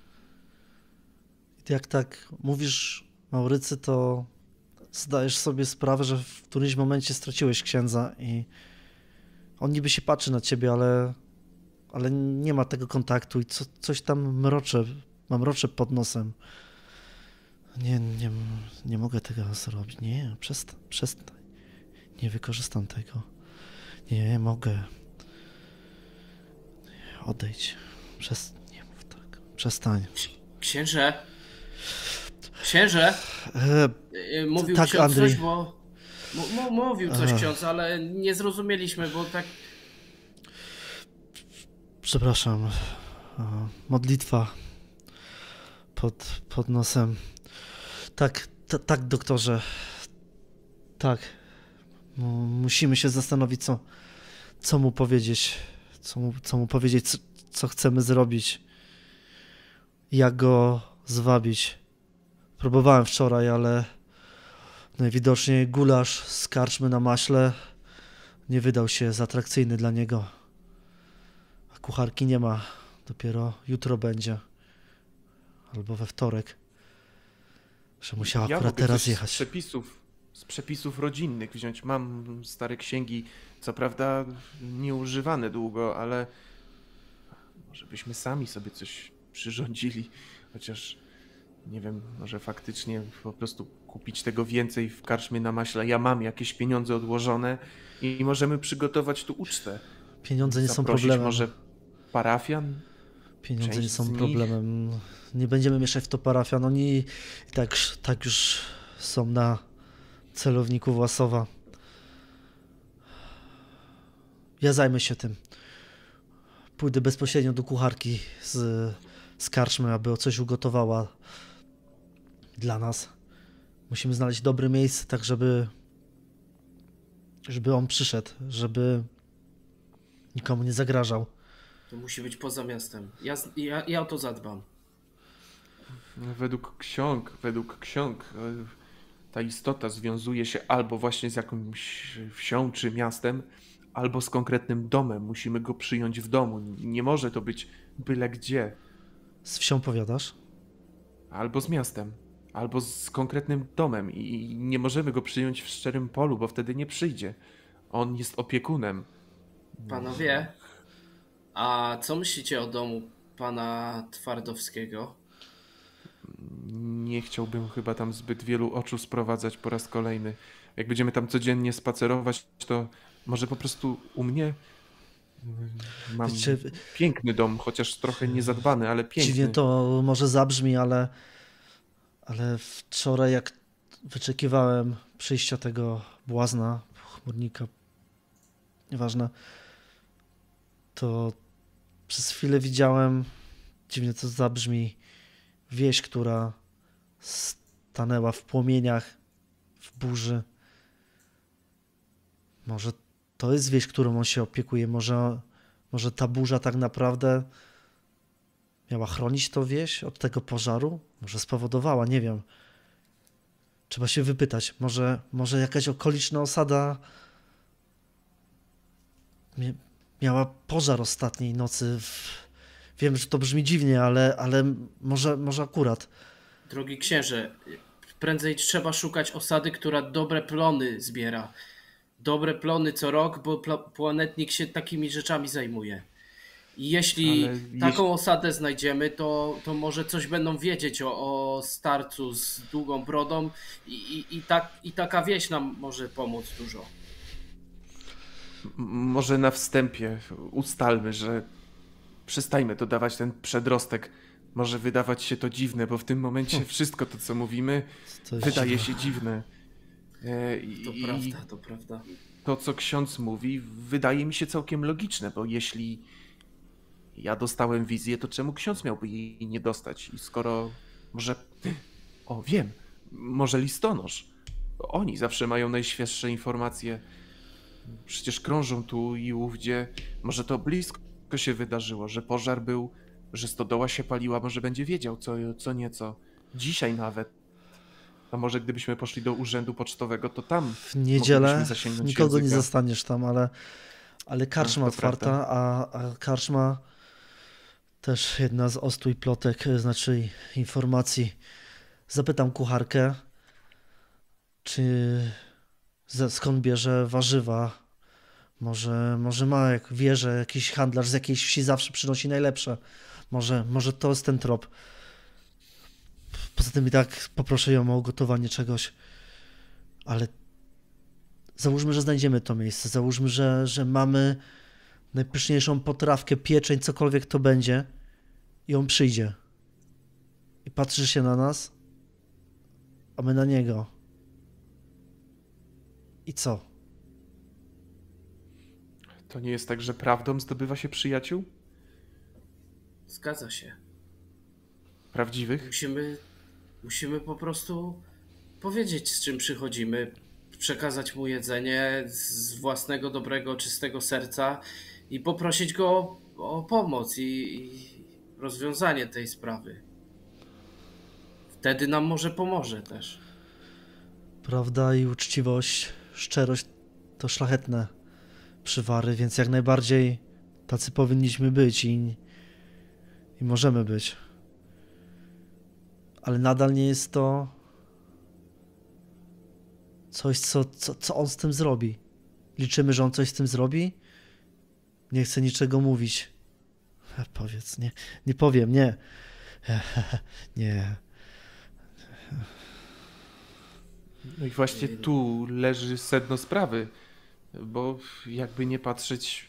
Jak tak mówisz, Maurycy, to zdajesz sobie sprawę, że w którymś momencie straciłeś księdza i on niby się patrzy na ciebie, ale, ale nie ma tego kontaktu i co, coś tam mrocze, ma mrocze pod nosem. Nie, nie, nie mogę tego zrobić. Nie, przestań, przestań. Nie wykorzystam tego. Nie, nie mogę. Odejdź. Przestań, nie mów tak. Przestań. Księże? Księże? E, mówił tak, ksiądz Andrzej. coś, bo... M- mówił coś e. ksiądz, ale nie zrozumieliśmy, bo tak... Przepraszam. Modlitwa pod, pod nosem. Tak, t- tak, doktorze. Tak. Musimy się zastanowić, co, co mu powiedzieć. Co mu, co mu powiedzieć, co, co chcemy zrobić. Jak go zwabić. Próbowałem wczoraj, ale najwidoczniej gulasz z karczmy na maśle nie wydał się za atrakcyjny dla niego. A kucharki nie ma. Dopiero jutro będzie. Albo we wtorek. Że musiała ja akurat mogę teraz coś jechać. Z przepisów, z przepisów rodzinnych wziąć. Mam stare księgi, co prawda nieużywane długo, ale może byśmy sami sobie coś przyrządzili. Chociaż nie wiem, może faktycznie po prostu kupić tego więcej w karczmie na maśle. Ja mam jakieś pieniądze odłożone i możemy przygotować tu ucztę. Pieniądze nie Zaprosić są problemem. może parafian? Pieniądze Część nie są z nich? problemem. Nie będziemy mieszać w to parafian. Oni i tak, tak już są na celowniku Własowa. Ja zajmę się tym. Pójdę bezpośrednio do kucharki z, z karczmy, aby o coś ugotowała dla nas. Musimy znaleźć dobre miejsce, tak żeby żeby on przyszedł, żeby nikomu nie zagrażał. To musi być poza miastem. Ja, ja, ja o to zadbam. Według ksiąg, według ksiąg ta istota związuje się albo właśnie z jakąś wsią czy miastem, albo z konkretnym domem. Musimy go przyjąć w domu. Nie może to być byle gdzie. Z wsią powiadasz? Albo z miastem, albo z konkretnym domem i nie możemy go przyjąć w szczerym polu, bo wtedy nie przyjdzie. On jest opiekunem. Panowie, a co myślicie o domu pana Twardowskiego? Nie chciałbym chyba tam zbyt wielu oczu sprowadzać po raz kolejny. Jak będziemy tam codziennie spacerować, to może po prostu u mnie mam Wiecie, piękny dom, chociaż trochę niezadbany, ale piękny. Dziwnie to może zabrzmi, ale, ale wczoraj jak wyczekiwałem przyjścia tego błazna, chmurnika, nieważne, to przez chwilę widziałem, dziwnie to zabrzmi, wieś, która stanęła w płomieniach, w burzy. Może to jest wieś, którą on się opiekuje. Może, może ta burza tak naprawdę miała chronić tą wieś od tego pożaru? Może spowodowała, nie wiem. Trzeba się wypytać. Może, może jakaś okoliczna osada miała pożar ostatniej nocy. W... Wiem, że to brzmi dziwnie, ale, ale może, może akurat. Drogi księże, prędzej trzeba szukać osady, która dobre plony zbiera. dobre plony co rok, bo pla- planetnik się takimi rzeczami zajmuje. I jeśli Ale taką jeśli- osadę znajdziemy, to, to może coś będą wiedzieć o, o starcu z długą brodą i, i, i, tak, i taka wieś nam może pomóc dużo. M- Może na wstępie ustalmy, że przestajmy dodawać ten przedrostek. Może wydawać się to dziwne, bo w tym momencie wszystko to, co mówimy, To jest wydaje dziwne. się dziwne. E, i- To i prawda, to prawda. to, co ksiądz mówi, wydaje mi się całkiem logiczne, bo jeśli ja dostałem wizję, to czemu ksiądz miałby jej nie dostać? I skoro może... O, wiem, może listonosz. Oni zawsze mają najświeższe informacje. Przecież krążą tu i ówdzie. Może to blisko się wydarzyło, że pożar był, że stodoła się paliła, może będzie wiedział co, co nieco. Dzisiaj nawet. A może gdybyśmy poszli do urzędu pocztowego, to tam W niedzielę moglibyśmy zasięgnąć nikogo nie języka. zostaniesz tam, ale, ale karczma to otwarta, a, a karczma też jedna z ostu i plotek, e, znaczy informacji. Zapytam kucharkę, czy ze, skąd bierze warzywa. Może, może ma, jak wie, że jakiś handlarz z jakiejś wsi zawsze przynosi najlepsze. Może, może to jest ten trop. Poza tym i tak poproszę ją o gotowanie czegoś. Ale załóżmy, że znajdziemy to miejsce. Załóżmy, że, że mamy najpyszniejszą potrawkę, pieczeń, cokolwiek to będzie. I on przyjdzie. I patrzy się na nas, a my na niego. I co? To nie jest tak, że prawdą zdobywa się przyjaciół? Zgadza się. Prawdziwych? Musimy, musimy po prostu powiedzieć, z czym przychodzimy, przekazać mu jedzenie z własnego dobrego, czystego serca i poprosić go o, o pomoc i, i rozwiązanie tej sprawy. Wtedy nam może pomoże też. Prawda i uczciwość, szczerość to szlachetne przywary, więc jak najbardziej tacy powinniśmy być i, i możemy być. Ale nadal nie jest to coś, co, co, co on z tym zrobi. Liczymy, że on coś z tym zrobi? Nie chcę niczego mówić. E, Powiedz, nie, nie powiem, nie. Nie. No i właśnie tu leży sedno sprawy, bo jakby nie patrzeć,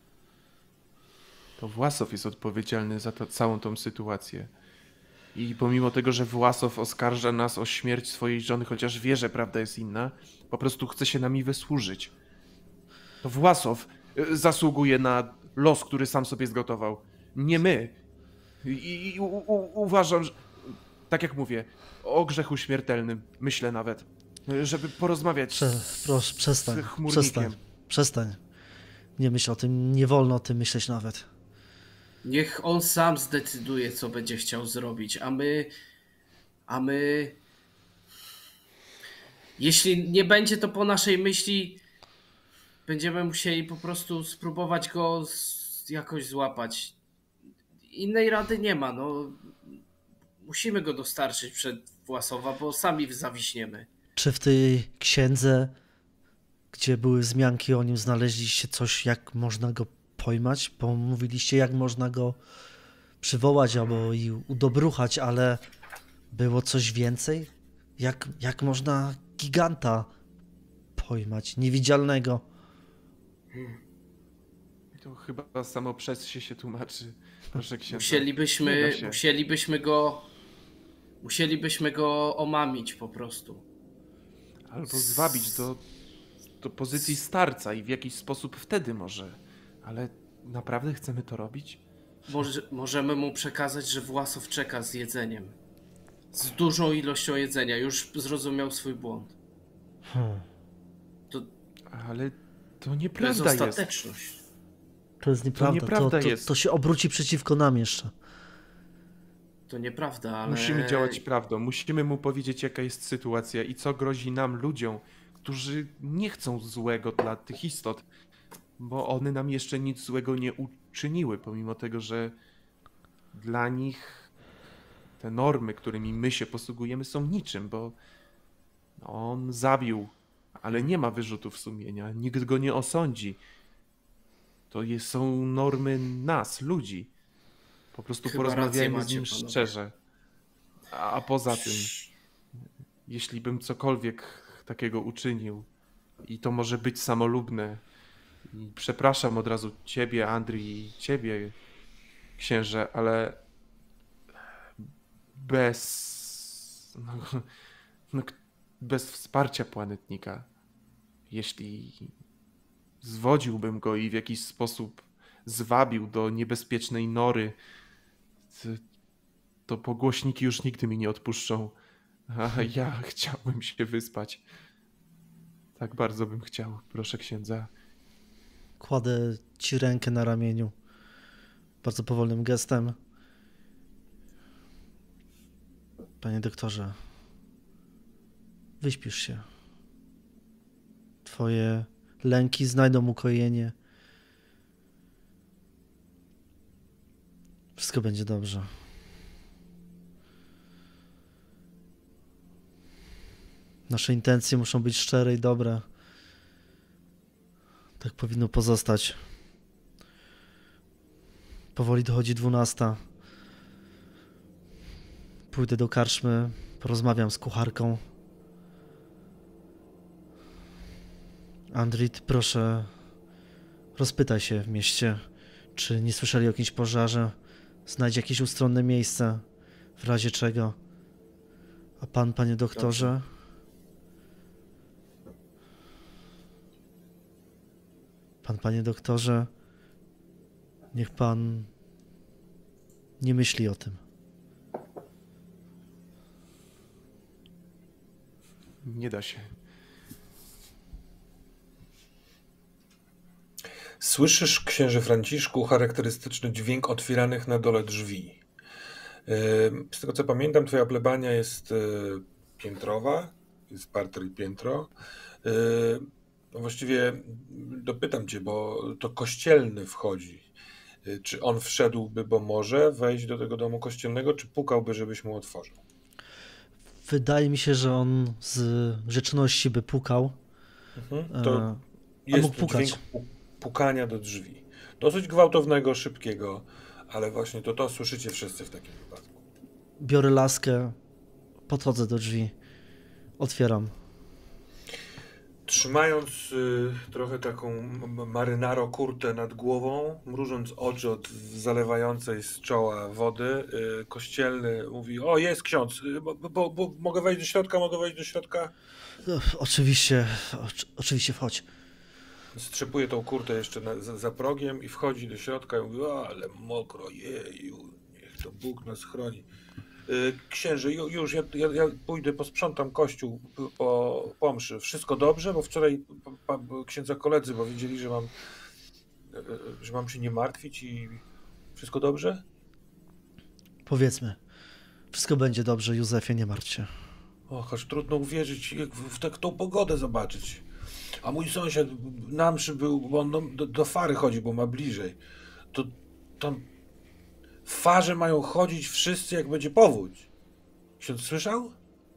to Własow jest odpowiedzialny za to, całą tą sytuację. I pomimo tego, że Własow oskarża nas o śmierć swojej żony, chociaż wie, że prawda jest inna, po prostu chce się nami wysłużyć. To Własow y, zasługuje na los, który sam sobie zgotował, nie my. I, i u, u, uważam, że, tak jak mówię, o grzechu śmiertelnym, myślę nawet, żeby porozmawiać Prze, z, proszę, przestań, z chmurnikiem. przestań, przestań. Nie myśl o tym, nie wolno o tym myśleć nawet. Niech on sam zdecyduje, co będzie chciał zrobić, a my, a my, jeśli nie będzie to po naszej myśli, będziemy musieli po prostu spróbować go z, jakoś złapać. Innej rady nie ma, no. Musimy go dostarczyć przed Własowa, bo sami zawiśniemy. Czy w tej księdze, gdzie były wzmianki o nim, znaleźliście coś, jak można go pojmać? Bo mówiliście, jak można go przywołać albo i udobruchać, ale było coś więcej? Jak, jak można giganta pojmać, niewidzialnego? To chyba samo przez się się tłumaczy, proszę księdza. Nie Musielibyśmy, da się. musielibyśmy go, musielibyśmy go omamić po prostu. Albo zwabić do, do pozycji starca i w jakiś sposób wtedy może. Ale naprawdę chcemy to robić? Może, możemy mu przekazać, że Własow czeka z jedzeniem. Z dużą ilością jedzenia. Już zrozumiał swój błąd. Hmm. To, Ale to to jest nieprawda jest. ostateczność. To jest nieprawda, to, nieprawda to, jest. to się obróci przeciwko nam jeszcze. To nieprawda, ale... Musimy działać prawdą. Musimy mu powiedzieć, jaka jest sytuacja i co grozi nam, ludziom, którzy nie chcą złego dla tych istot. Bo one nam jeszcze nic złego nie uczyniły, pomimo tego, że dla nich te normy, którymi my się posługujemy, są niczym, bo on zabił ale nie ma wyrzutów sumienia, nikt go nie osądzi. To jest, są normy nas, ludzi. Po prostu Chyba porozmawiajmy rację z nim macie, panowie. szczerze. A, a poza tym, jeśli bym cokolwiek takiego uczynił, i to może być samolubne, i przepraszam od razu ciebie, Andrii, i ciebie, księże, ale bez, no, no, bez wsparcia planetnika, jeśli zwodziłbym go i w jakiś sposób zwabił do niebezpiecznej nory, to pogłośniki już nigdy mi nie odpuszczą, a ja chciałbym się wyspać. Tak bardzo bym chciał, proszę księdza. Kładę ci rękę na ramieniu. Bardzo powolnym gestem. Panie doktorze, wyśpisz się. Twoje lęki znajdą ukojenie. Wszystko będzie dobrze. Nasze intencje muszą być szczere i dobre. Tak powinno pozostać. Powoli dochodzi dwunasta. Pójdę do karczmy, porozmawiam z kucharką. Andrit, proszę, rozpytaj się w mieście, czy nie słyszeli o jakimś pożarze. Znajdź jakieś ustronne miejsce, w razie czego. A pan, panie doktorze? Pan, panie doktorze, niech pan nie myśli o tym. Nie da się. Słyszysz, księże Franciszku, charakterystyczny dźwięk otwieranych na dole drzwi. Z tego co pamiętam, twoja plebania jest piętrowa, jest parter i piętro. No właściwie dopytam cię, bo to kościelny wchodzi. Czy on wszedłby, bo może wejść do tego domu kościelnego, czy pukałby, żebyś mu otworzył? Wydaje mi się, że on z grzeczności by pukał. Mhm. To a jest mógł pukać. dźwięk pukania do drzwi. Dosyć gwałtownego, szybkiego, ale właśnie to to słyszycie wszyscy w takim wypadku. Biorę laskę, podchodzę do drzwi, otwieram. Trzymając y, trochę taką m- marynaro kurtę nad głową, mrużąc oczy od zalewającej z czoła wody, y, kościelny mówi: o, jest ksiądz, y, bo, bo, bo mogę wejść do środka, mogę wejść do środka? Ech, Oczywiście, oczy- oczywiście wchodź. Strzepuje tą kurtę jeszcze na, za, za progiem i wchodzi do środka i mówi: o, ale mokro, jeju, niech to Bóg nas chroni. Y, Księże, ju- już ja, ja, ja pójdę, posprzątam kościół po, po mszy. Wszystko dobrze? Bo wczoraj pa, pa, księdza koledzy powiedzieli, że mam, y, y, że mam się nie martwić i wszystko dobrze? Powiedzmy, wszystko będzie dobrze, Józefie, nie martw się. Och, aż trudno uwierzyć, jak w, w tak, tą pogodę zobaczyć. A mój sąsiad na mszy był, bo on do, do, do Fary chodzi, bo ma bliżej. To tam w Farze mają chodzić wszyscy, jak będzie powódź. Ksiądz słyszał?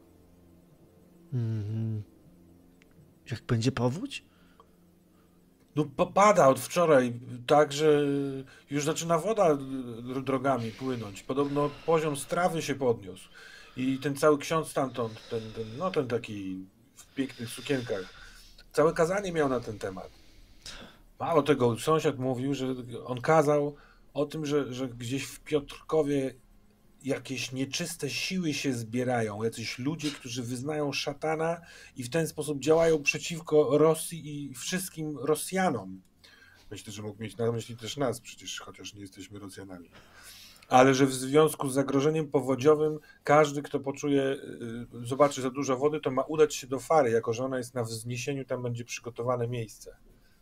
Mm, jak będzie powódź? No pa- pada od wczoraj tak, że już zaczyna woda dr- drogami płynąć. Podobno poziom strawy się podniósł. I ten cały ksiądz stamtąd, ten, ten, no ten taki w pięknych sukienkach, całe kazanie miał na ten temat. Mało tego, sąsiad mówił, że on kazał o tym, że, że gdzieś w Piotrkowie jakieś nieczyste siły się zbierają, jacyś ludzie, którzy wyznają szatana i w ten sposób działają przeciwko Rosji i wszystkim Rosjanom. Myślę, że mógł mieć na myśli też nas, przecież chociaż nie jesteśmy Rosjanami. Ale że w związku z zagrożeniem powodziowym każdy, kto poczuje, y, zobaczy za dużo wody, to ma udać się do Fary, jako że ona jest na wzniesieniu, tam będzie przygotowane miejsce.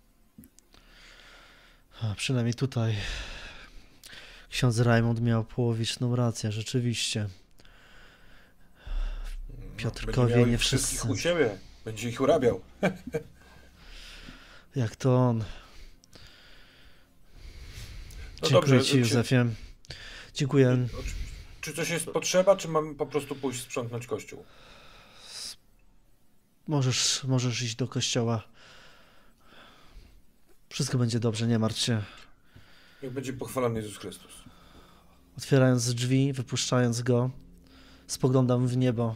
A przynajmniej tutaj ksiądz Rajmund miał połowiczną rację, rzeczywiście. No, Piotrkowie będzie miał nie ich wszystkich wszyscy. u siebie, będzie ich urabiał. Jak to on. No Dziękuję dobrze, ci, czy- Józefie. Dziękuję. Czy coś jest potrzeba, czy mam po prostu pójść sprzątnąć kościół? możesz, możesz iść do kościoła. Wszystko będzie dobrze, nie martw się. Niech będzie pochwalony Jezus Chrystus. Otwierając drzwi, wypuszczając go, spoglądam w niebo.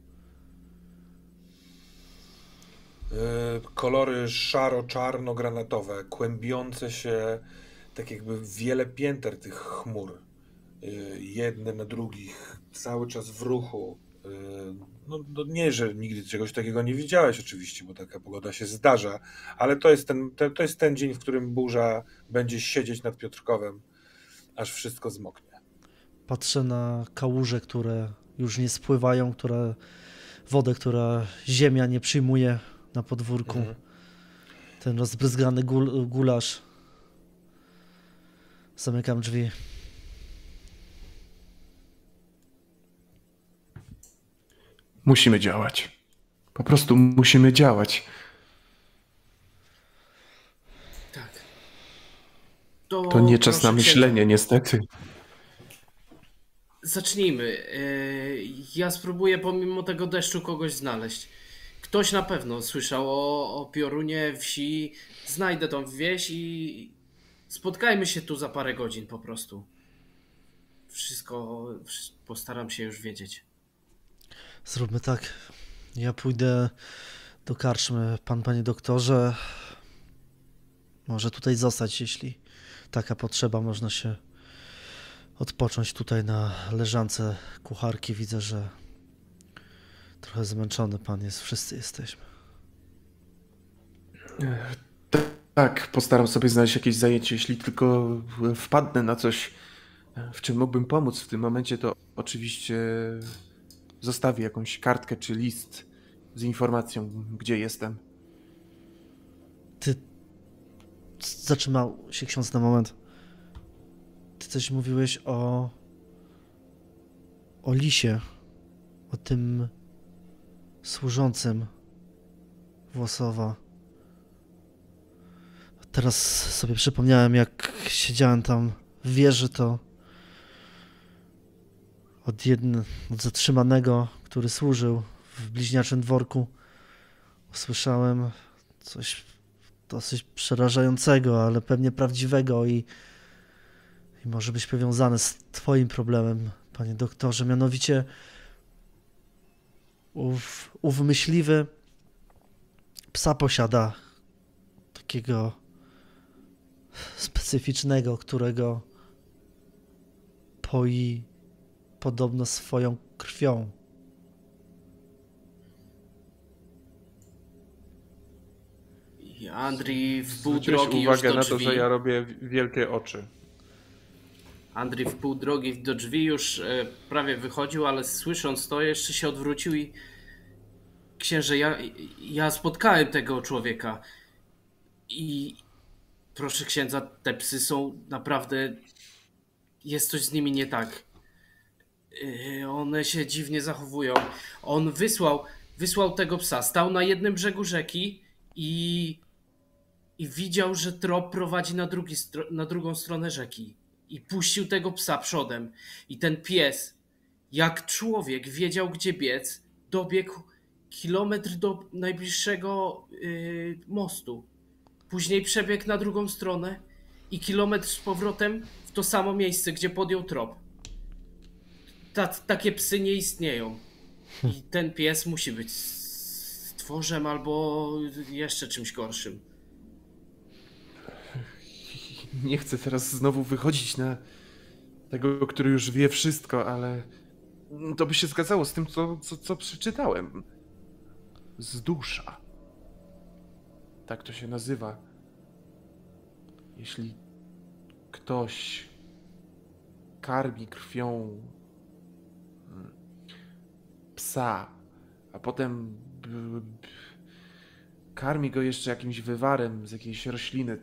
Yy, kolory szaro-czarno-granatowe, kłębiące się tak jakby wiele pięter tych chmur. Yy, jedne na drugich, cały czas w ruchu. Yy, no, no nie, że nigdy czegoś takiego nie widziałeś oczywiście, bo taka pogoda się zdarza, ale to jest ten, to, to jest ten dzień, w którym burza będzie siedzieć nad Piotrkowem, aż wszystko zmoknie. Patrzę na kałuże, które już nie spływają, które, wodę, która ziemia nie przyjmuje na podwórku. Mhm. Ten rozbryzgany gul, gulasz. Zamykam drzwi. Musimy działać. Po prostu musimy działać. Tak. To, to nie czas na myślenie, księdza. niestety. Zacznijmy. Ja spróbuję pomimo tego deszczu kogoś znaleźć. Ktoś na pewno słyszał o, o piorunie wsi. Znajdę tą wieś i spotkajmy się tu za parę godzin po prostu. Wszystko postaram się już wiedzieć. Zróbmy tak. Ja pójdę do karczmy. Pan, panie doktorze, może tutaj zostać, jeśli taka potrzeba. Można się odpocząć tutaj na leżance kucharki. Widzę, że trochę zmęczony pan jest. Wszyscy jesteśmy. Tak, postaram sobie znaleźć jakieś zajęcie. Jeśli tylko wpadnę na coś, w czym mógłbym pomóc w tym momencie, to oczywiście zostawię jakąś kartkę czy list z informacją, gdzie jestem. Ty... Zatrzymał się ksiądz na moment. Ty coś mówiłeś o... o lisie. O tym służącym Włosowa. Teraz sobie przypomniałem, jak siedziałem tam w wieży, to od, jedne, od zatrzymanego, który służył w bliźniaczym dworku, usłyszałem coś dosyć przerażającego, ale pewnie prawdziwego i, i może być powiązane z twoim problemem, panie doktorze. Mianowicie ów, ów myśliwy psa posiada, takiego specyficznego, którego poi podobno swoją krwią. I Andrii w pół Zwróciłeś drogi uwagę już do na drzwi. to, że ja robię wielkie oczy. Andrii w pół drogi do drzwi już e, prawie wychodził, ale słysząc to jeszcze się odwrócił i księże, ja, ja spotkałem tego człowieka i proszę księdza, te psy są naprawdę, jest coś z nimi nie tak. Yy, one się dziwnie zachowują. On wysłał, wysłał tego psa, stał na jednym brzegu rzeki i, i widział, że trop prowadzi na, drugi, na drugą stronę rzeki. I puścił tego psa przodem. I ten pies, jak człowiek, wiedział, gdzie biec, dobiegł kilometr do najbliższego yy, mostu. Później przebiegł na drugą stronę i kilometr z powrotem w to samo miejsce, gdzie podjął trop. Ta, takie psy nie istnieją. I ten pies musi być stworzem albo jeszcze czymś gorszym. Nie chcę teraz znowu wychodzić na tego, który już wie wszystko, ale to by się zgadzało z tym, co, co, co przeczytałem. Z dusza. Tak to się nazywa. Jeśli ktoś karmi krwią psa, a potem karmi go jeszcze jakimś wywarem z jakiejś rośliny,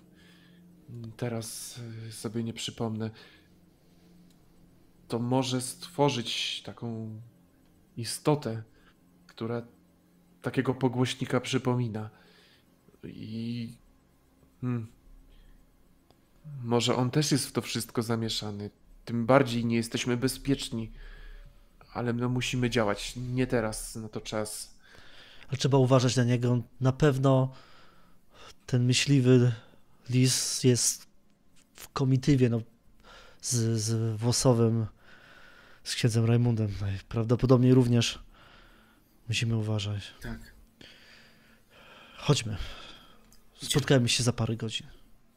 teraz sobie nie przypomnę, to może stworzyć taką istotę, która takiego pogłośnika przypomina. I hmm, może on też jest w to wszystko zamieszany. Tym bardziej nie jesteśmy bezpieczni, ale my musimy działać. Nie teraz, na to czas. ale trzeba uważać na niego. Na pewno ten myśliwy lis jest w komitywie, no, z, z Włosowym, z księdzem Rajmundem. Prawdopodobnie również musimy uważać. Tak. Chodźmy. Spotkajmy się za parę godzin.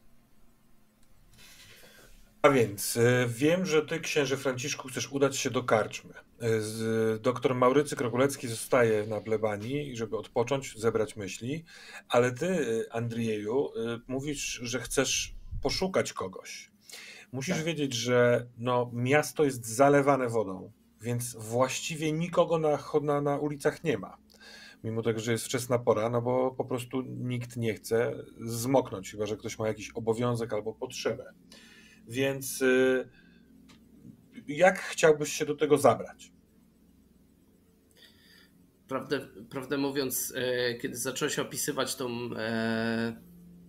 A więc y, wiem, że ty, księże Franciszku, chcesz udać się do karczmy. Y, z, doktor Maurycy Krokulecki zostaje na plebanii, żeby odpocząć, zebrać myśli, ale ty, y, Andrieju, y, mówisz, że chcesz poszukać kogoś. Musisz Tak. wiedzieć, że no, miasto jest zalewane wodą, więc właściwie nikogo na, na, na ulicach nie ma. Mimo tego, że jest wczesna pora, no bo po prostu nikt nie chce zmoknąć, chyba że ktoś ma jakiś obowiązek albo potrzebę. Więc y, jak chciałbyś się do tego zabrać? Prawdę, prawdę mówiąc, e, kiedy zacząłeś opisywać tą, e,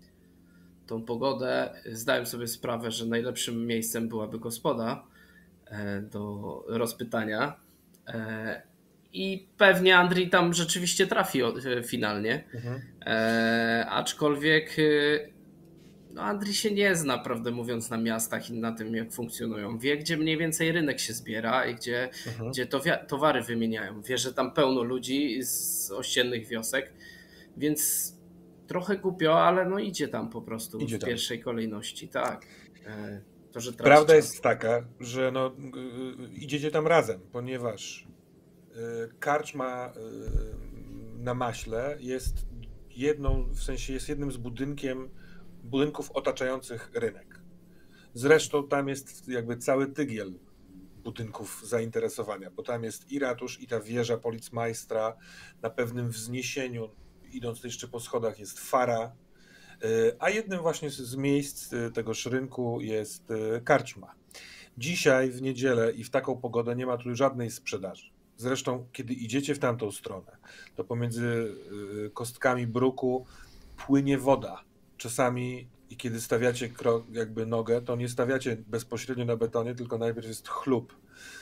tą pogodę, zdałem sobie sprawę, że najlepszym miejscem byłaby gospoda e, do rozpytania. E, I pewnie Andrii tam rzeczywiście trafi o, e, finalnie. Mhm. E, aczkolwiek e, no Andrii się nie zna, prawdę mówiąc, na miastach i na tym, jak funkcjonują. Wie, gdzie mniej więcej rynek się zbiera i gdzie, Mhm. gdzie towia- towary wymieniają. Wie, że tam pełno ludzi z ościennych wiosek, więc trochę głupio, ale no idzie tam po prostu Idzie w tam. pierwszej kolejności. Tak. E, To, że traci Prawda czas. jest taka, że no, y, y, idziecie tam razem, ponieważ y, karczma y, na Maśle jest jedną, w sensie jest jednym z budynkiem, budynków otaczających rynek. Zresztą tam jest jakby cały tygiel budynków zainteresowania, bo tam jest i ratusz, i ta wieża policmajstra na pewnym wzniesieniu, idąc jeszcze po schodach, jest fara, y, a jednym właśnie z- z miejsc y, tegoż rynku jest y, karczma. Dzisiaj w niedzielę i w taką pogodę nie ma tu żadnej sprzedaży. Zresztą, kiedy idziecie w tamtą stronę, to pomiędzy y, kostkami bruku płynie woda. Czasami, i kiedy stawiacie krok, jakby nogę, to nie stawiacie bezpośrednio na betonie, tylko najpierw jest chlub.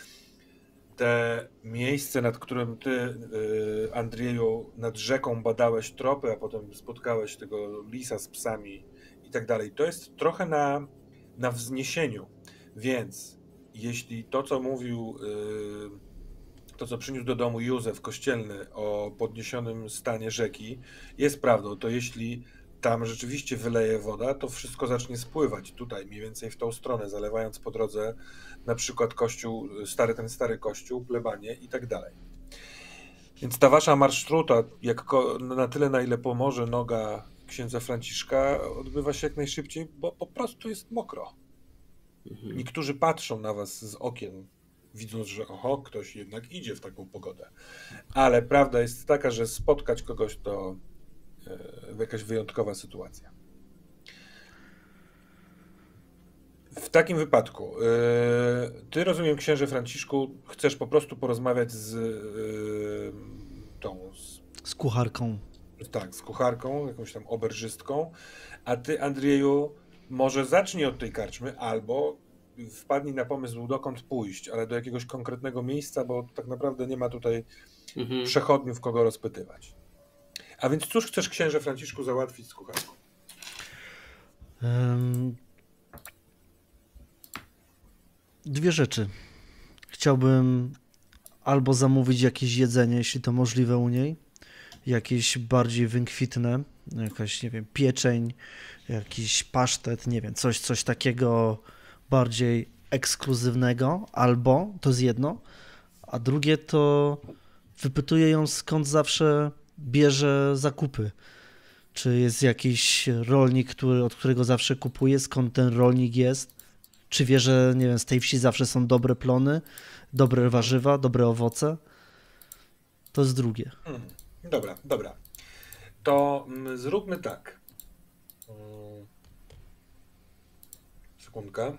Te miejsce, nad którym ty, y, Andrzeju, nad rzeką badałeś tropy, a potem spotkałeś tego lisa z psami i tak dalej, to jest trochę na, na wzniesieniu. Więc jeśli to, co mówił, y, to, co przyniósł do domu Józef Kościelny o podniesionym stanie rzeki, jest prawdą, to jeśli tam rzeczywiście wyleje woda, to wszystko zacznie spływać tutaj, mniej więcej w tą stronę, zalewając po drodze na przykład kościół, stary, ten stary kościół, plebanie i tak dalej. Więc ta wasza marszruta, jak ko- na tyle, na ile pomoże noga księdza Franciszka, odbywa się jak najszybciej, bo po prostu jest mokro. Mhm. Niektórzy patrzą na was z okien, widząc, że oho, ktoś jednak idzie w taką pogodę. Ale prawda jest taka, że spotkać kogoś to e, jakaś wyjątkowa sytuacja. W takim wypadku, e, ty, rozumiem, księże Franciszku, chcesz po prostu porozmawiać z e, tą, z, Z kucharką. tak, z kucharką, jakąś tam oberżystką, a ty, Andrzeju, może zacznij od tej karczmy, albo wpadnij na pomysł, dokąd pójść, ale do jakiegoś konkretnego miejsca, bo tak naprawdę nie ma tutaj Mhm. przechodniów, kogo rozpytywać. A więc cóż chcesz, księże Franciszku, załatwić z kucharką? Em, Dwie rzeczy. Chciałbym albo zamówić jakieś jedzenie, jeśli to możliwe u niej, jakieś bardziej wękwitne, jakaś, nie wiem, pieczeń, jakiś pasztet, nie wiem, coś, coś takiego bardziej ekskluzywnego, albo, to jest jedno, a drugie to wypytuję ją, skąd zawsze bierze zakupy. Czy jest jakiś rolnik, który, od którego zawsze kupuje, skąd ten rolnik jest, czy wie, że, nie wiem, z tej wsi zawsze są dobre plony, dobre warzywa, dobre owoce. To jest drugie. Hmm. Dobra, dobra. To mm, zróbmy tak. Mm. Sekundka.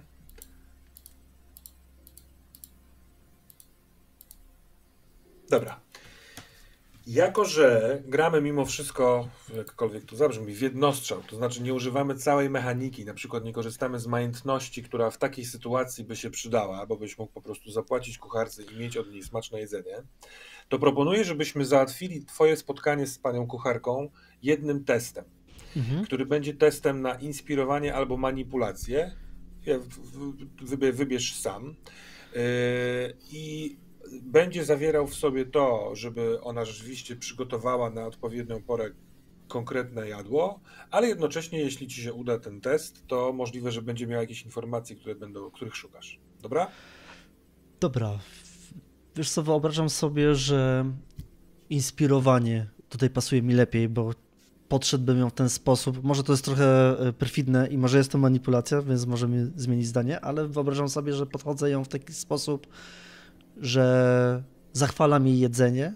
Dobra. Jako że gramy mimo wszystko, jakkolwiek to zabrzmi, w jednostrzał, to znaczy nie używamy całej mechaniki, na przykład nie korzystamy z majątności, która w takiej sytuacji by się przydała, bo byś mógł po prostu zapłacić kucharce i mieć od niej smaczne jedzenie, to proponuję, żebyśmy załatwili twoje spotkanie z panią kucharką jednym testem, Mhm. który będzie testem na inspirowanie albo manipulację. Wybierz, wybierz sam. Yy, I będzie zawierał w sobie to, żeby ona rzeczywiście przygotowała na odpowiednią porę konkretne jadło, ale jednocześnie, jeśli ci się uda ten test, to możliwe, że będzie miała jakieś informacje, które będą, których szukasz. Dobra? Dobra. Wiesz co, wyobrażam sobie, że inspirowanie tutaj pasuje mi lepiej, bo podszedłbym ją w ten sposób. Może to jest trochę perfidne i może jest to manipulacja, więc możemy zmienić zdanie, ale wyobrażam sobie, że podchodzę ją w taki sposób, że zachwalam jej jedzenie,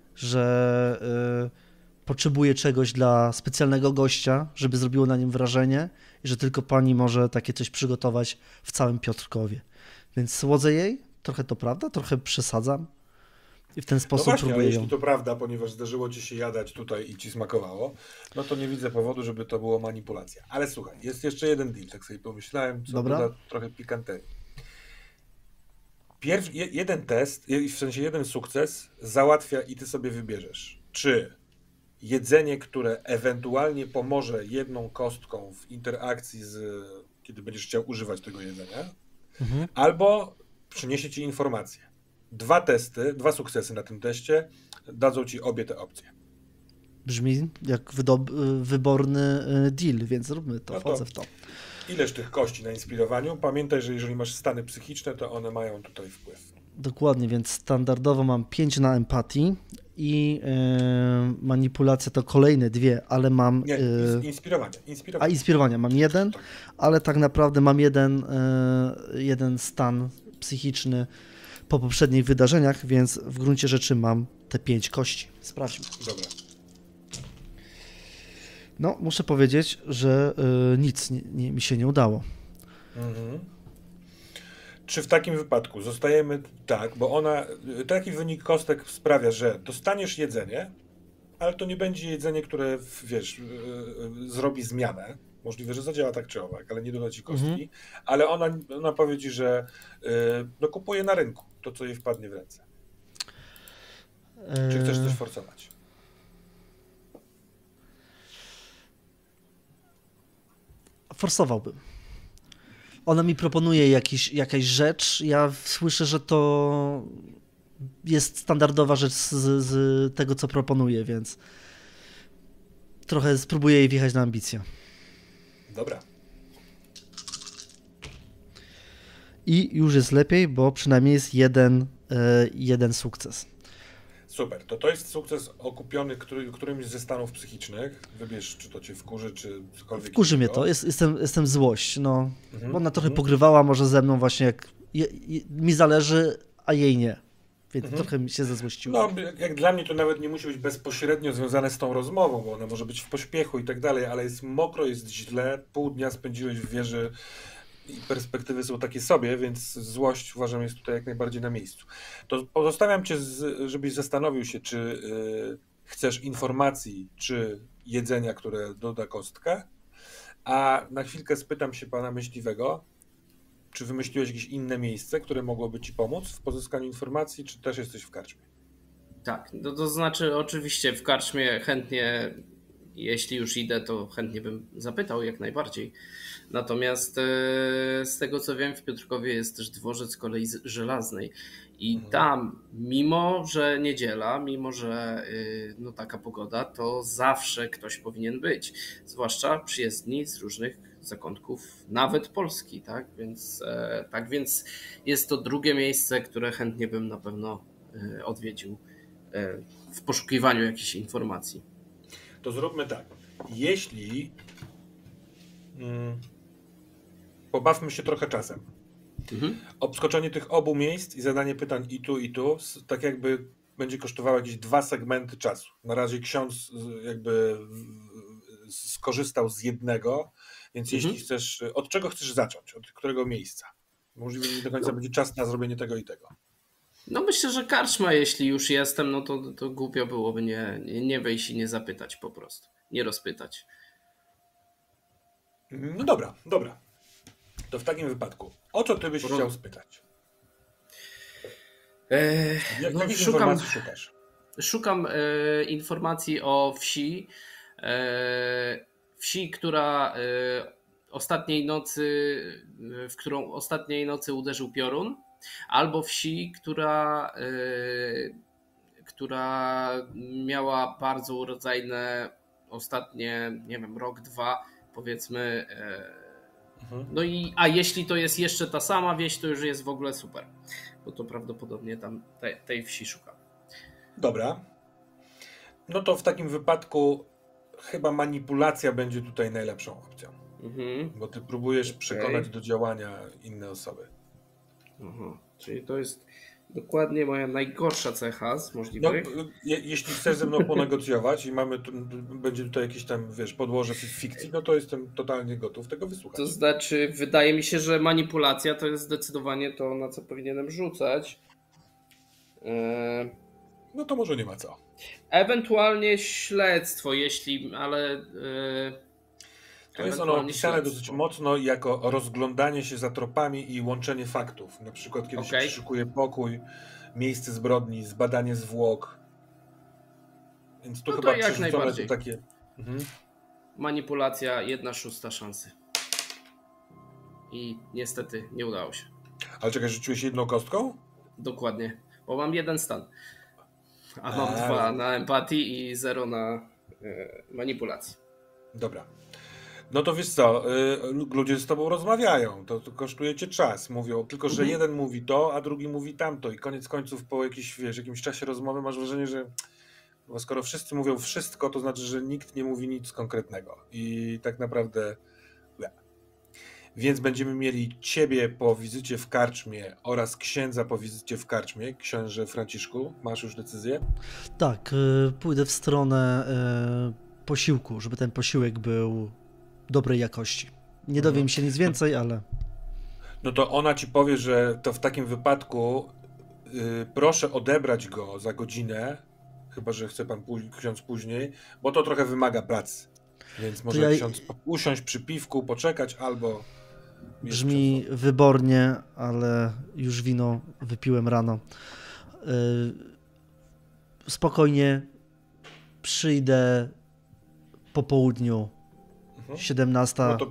że y, potrzebuje czegoś dla specjalnego gościa, żeby zrobiło na nim wrażenie i że tylko pani może takie coś przygotować w całym Piotrkowie. Więc słodzę jej, trochę to prawda, trochę przesadzam i w ten sposób no właśnie, próbuję ale ją. jeśli to prawda, ponieważ zdarzyło ci się jadać tutaj i ci smakowało, no to nie widzę powodu, żeby to było manipulacja. Ale słuchaj, jest jeszcze jeden deal, tak sobie pomyślałem, co Dobra. doda trochę pikanterii. Pierw, jeden test, w sensie jeden sukces załatwia i ty sobie wybierzesz, czy jedzenie, które ewentualnie pomoże jedną kostką w interakcji z, kiedy będziesz chciał używać tego jedzenia, Mhm. albo przyniesie ci informację. Dwa testy, dwa sukcesy na tym teście dadzą ci obie te opcje. Brzmi jak wydob- wyborny deal, więc róbmy to, No to- wchodzę w to. Ileż tych kości na inspirowaniu? Pamiętaj, że jeżeli masz stany psychiczne, to one mają tutaj wpływ. Dokładnie, więc standardowo mam pięć na empatii i yy, manipulacja to kolejne dwie, ale mam... Nie, Yy, inspirowanie. a inspirowanie. inspirowania mam jeden, Tak. ale tak naprawdę mam jeden, yy, jeden stan psychiczny po poprzednich wydarzeniach, więc w gruncie rzeczy mam te pięć kości. Sprawdźmy. Dobra. No, muszę powiedzieć, że yy, nic nie, nie, mi się nie udało. Mhm. Czy w takim wypadku zostajemy tak, bo ona, taki wynik kostek sprawia, że dostaniesz jedzenie, ale to nie będzie jedzenie, które, wiesz, yy, zrobi zmianę. Możliwe, że zadziała tak czy owak, ale nie doda ci kostki. Mhm. Ale ona, ona powie ci, że yy, no, kupuje na rynku to, co jej wpadnie w ręce. Czy chcesz Yy, coś forsować? forsowałbym. Ona mi proponuje jakiś, jakaś rzecz, ja słyszę, że to jest standardowa rzecz z, z tego, co proponuje, więc trochę spróbuję jej wjechać na ambicję. Dobra. I już jest lepiej, bo przynajmniej jest jeden, e, jeden sukces. Super, to to jest sukces okupiony który, którymś ze stanów psychicznych. Wybierz, czy to cię wkurzy, czy cokolwiek Wkurzy mnie innego. to, jest, jestem, jestem złość, no. Mhm, Ona trochę mhm. pogrywała może ze mną właśnie jak je, je, mi zależy, a jej nie. Więc Mhm. trochę mi się zezłościło. No, jak, jak dla mnie to nawet nie musi być bezpośrednio związane z tą rozmową, bo ona może być w pośpiechu i tak dalej, ale jest mokro, jest źle, pół dnia spędziłeś w wieży i perspektywy są takie sobie, więc złość uważam jest tutaj jak najbardziej na miejscu. To pozostawiam cię, z, żebyś zastanowił się, czy y, chcesz informacji, czy jedzenia, które doda kostkę, a na chwilkę spytam się pana myśliwego, czy wymyśliłeś jakieś inne miejsce, które mogłoby ci pomóc w pozyskaniu informacji, czy też jesteś w karczmie? Tak, no to znaczy oczywiście w karczmie chętnie, jeśli już idę, to chętnie bym zapytał jak najbardziej. Natomiast e, z tego co wiem, w Piotrkowie jest też dworzec kolei z- żelaznej i Mhm. tam, mimo że niedziela, mimo że y, no taka pogoda, to zawsze ktoś powinien być. Zwłaszcza przyjezdni z różnych zakątków, nawet Polski, tak? Więc, e, tak więc jest to drugie miejsce, które chętnie bym na pewno e, odwiedził e, w poszukiwaniu jakichś informacji. To zróbmy tak. Jeśli mm, pobawmy się trochę czasem. Mhm. Obskoczenie tych obu miejsc i zadanie pytań i tu, i tu, s- tak jakby będzie kosztowało jakieś dwa segmenty czasu. Na razie ksiądz z- jakby w- skorzystał z jednego, więc Mhm. jeśli chcesz, od czego chcesz zacząć? Od którego miejsca? Możliwe, że nie do końca będzie czas na zrobienie tego i tego. No myślę, że karczma, jeśli już jestem, no to, to głupio byłoby nie, nie, nie wejść i nie zapytać po prostu. Nie rozpytać. No dobra, dobra. To w takim wypadku, o co ty byś Roz... chciał spytać? Eee, Jak, no, jakich szukam, informacji szukasz? Szukam e, informacji o wsi. E, wsi, która e, ostatniej nocy, w którą ostatniej nocy uderzył piorun, albo wsi, która, e, która miała bardzo urodzajne ostatnie, nie wiem, rok, dwa, powiedzmy. E, Mhm. no i, a jeśli to jest jeszcze ta sama wieś, to już jest w ogóle super, bo to prawdopodobnie tam tej, tej wsi szukam. Dobra. No to w takim wypadku chyba manipulacja będzie tutaj najlepszą opcją. Mhm. Bo ty próbujesz Okay. przekonać do działania inne osoby. Aha. Czyli to jest dokładnie moja najgorsza cecha z No, możliwych. je, jeśli chcesz ze mną ponegocjować i mamy tu, będzie tutaj jakieś tam, wiesz, podłoże fikcji, no to jestem totalnie gotów tego wysłuchać. To znaczy, wydaje mi się, że manipulacja to jest zdecydowanie to, na co powinienem rzucać. Eee... No to może nie ma co. Ewentualnie śledztwo, jeśli, ale... Eee... To jest ono opisane dosyć mocno jako rozglądanie się za tropami i łączenie faktów. Na przykład, kiedy okay. się przeszukuje pokój, miejsce zbrodni, zbadanie zwłok. Więc tu no chyba jak najbardziej. To takie... Mhm. Manipulacja, jedna szósta szansy. I niestety nie udało się. Ale czekaj, rzuciłeś jedną kostką? Dokładnie, bo mam jeden stan. A mam A, dwa na empatii i zero na y, manipulacji. Dobra. No to wiesz co, y, ludzie z tobą rozmawiają, to, to kosztuje cię czas, mówią, tylko że mhm. jeden mówi to, a drugi mówi tamto i koniec końców po jakiś, wiesz, jakimś czasie rozmowy masz wrażenie, że bo skoro wszyscy mówią wszystko, to znaczy, że nikt nie mówi nic konkretnego i tak naprawdę ja. Więc będziemy mieli ciebie po wizycie w karczmie oraz księdza po wizycie w karczmie. Księże Franciszku, masz już decyzję? Tak, y, pójdę w stronę y, posiłku, żeby ten posiłek był dobrej jakości. Nie dowiem mhm. się nic więcej, ale... No to ona ci powie, że to w takim wypadku y, proszę odebrać go za godzinę, chyba że chce pan pój- ksiądz później, bo to trochę wymaga pracy. Więc może ja... ksiądz usiąść przy piwku, poczekać albo... Brzmi wybornie, ale już wino wypiłem rano. Yy, spokojnie przyjdę po południu. Mhm. siedemnasta. No to,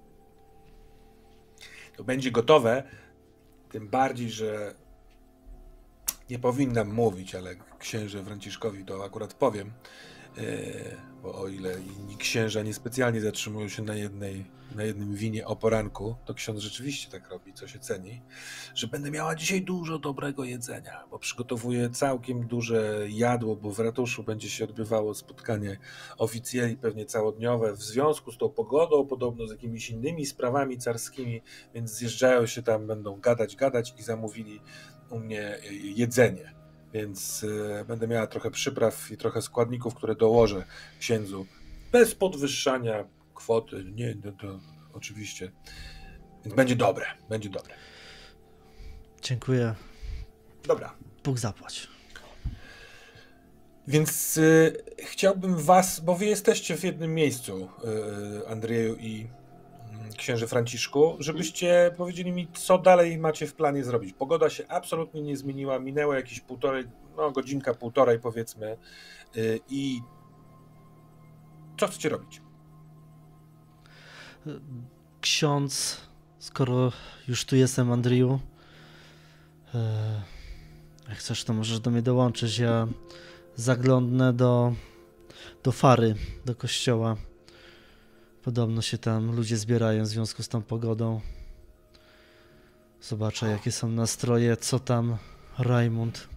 to będzie gotowe, tym bardziej, że nie powinnam mówić, ale księże Franciszkowi to akurat powiem, yy, bo o ile inni księża niespecjalnie zatrzymują się na jednej, na jednym winie o poranku, to ksiądz rzeczywiście tak robi, co się ceni, że będę miała dzisiaj dużo dobrego jedzenia, bo przygotowuję całkiem duże jadło, bo w ratuszu będzie się odbywało spotkanie oficjeli pewnie całodniowe w związku z tą pogodą, podobno z jakimiś innymi sprawami carskimi, więc zjeżdżają się tam, będą gadać, gadać i zamówili u mnie jedzenie. Więc y, będę miała trochę przypraw i trochę składników, które dołożę księdzu bez podwyższania kwoty. Nie, to, to oczywiście. Więc będzie dobre, będzie dobre. Dziękuję. Dobra. Bóg zapłać. Więc y, chciałbym was, bo wy jesteście w jednym miejscu, y, Andrzeju i y, księże Franciszku, żebyście powiedzieli mi, co dalej macie w planie zrobić. Pogoda się absolutnie nie zmieniła, minęło jakieś półtorej, no godzinka, półtorej powiedzmy y, i co chcecie robić? Ksiądz, skoro już tu jestem, Andrzeju, y, jak chcesz, to możesz do mnie dołączyć. Ja zaglądnę do, do Fary, do kościoła. Podobno się tam ludzie zbierają w związku z tą pogodą. Zobaczę, jakie są nastroje, co tam Rajmund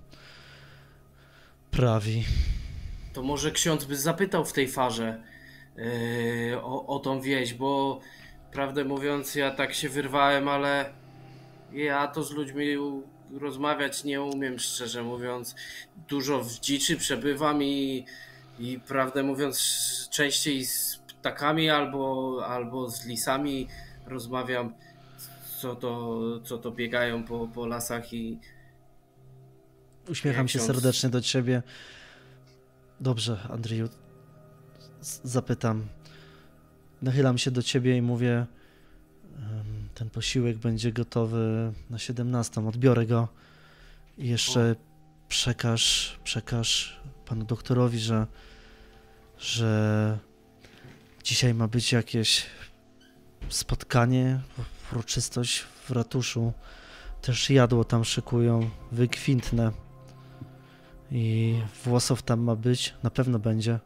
prawi. To może ksiądz by zapytał w tej Farze yy, o, o tą wieś, bo prawdę mówiąc, ja tak się wyrwałem, ale ja to z ludźmi rozmawiać nie umiem, szczerze mówiąc. Dużo w dziczy przebywam i, i prawdę mówiąc, częściej z ptakami albo, albo z lisami rozmawiam, co to, co to biegają po, po lasach i Uśmiecham Jak się ksiądz- serdecznie do ciebie. Dobrze, Andrzeju, z- zapytam. Nachylam się do ciebie i mówię, em, ten posiłek będzie gotowy na siedemnastą. Odbiorę go i jeszcze przekaż, przekaż panu doktorowi, że, że dzisiaj ma być jakieś spotkanie, uroczystość w ratuszu. Też jadło tam szykują, wykwintne. I włosów tam ma być, na pewno będzie.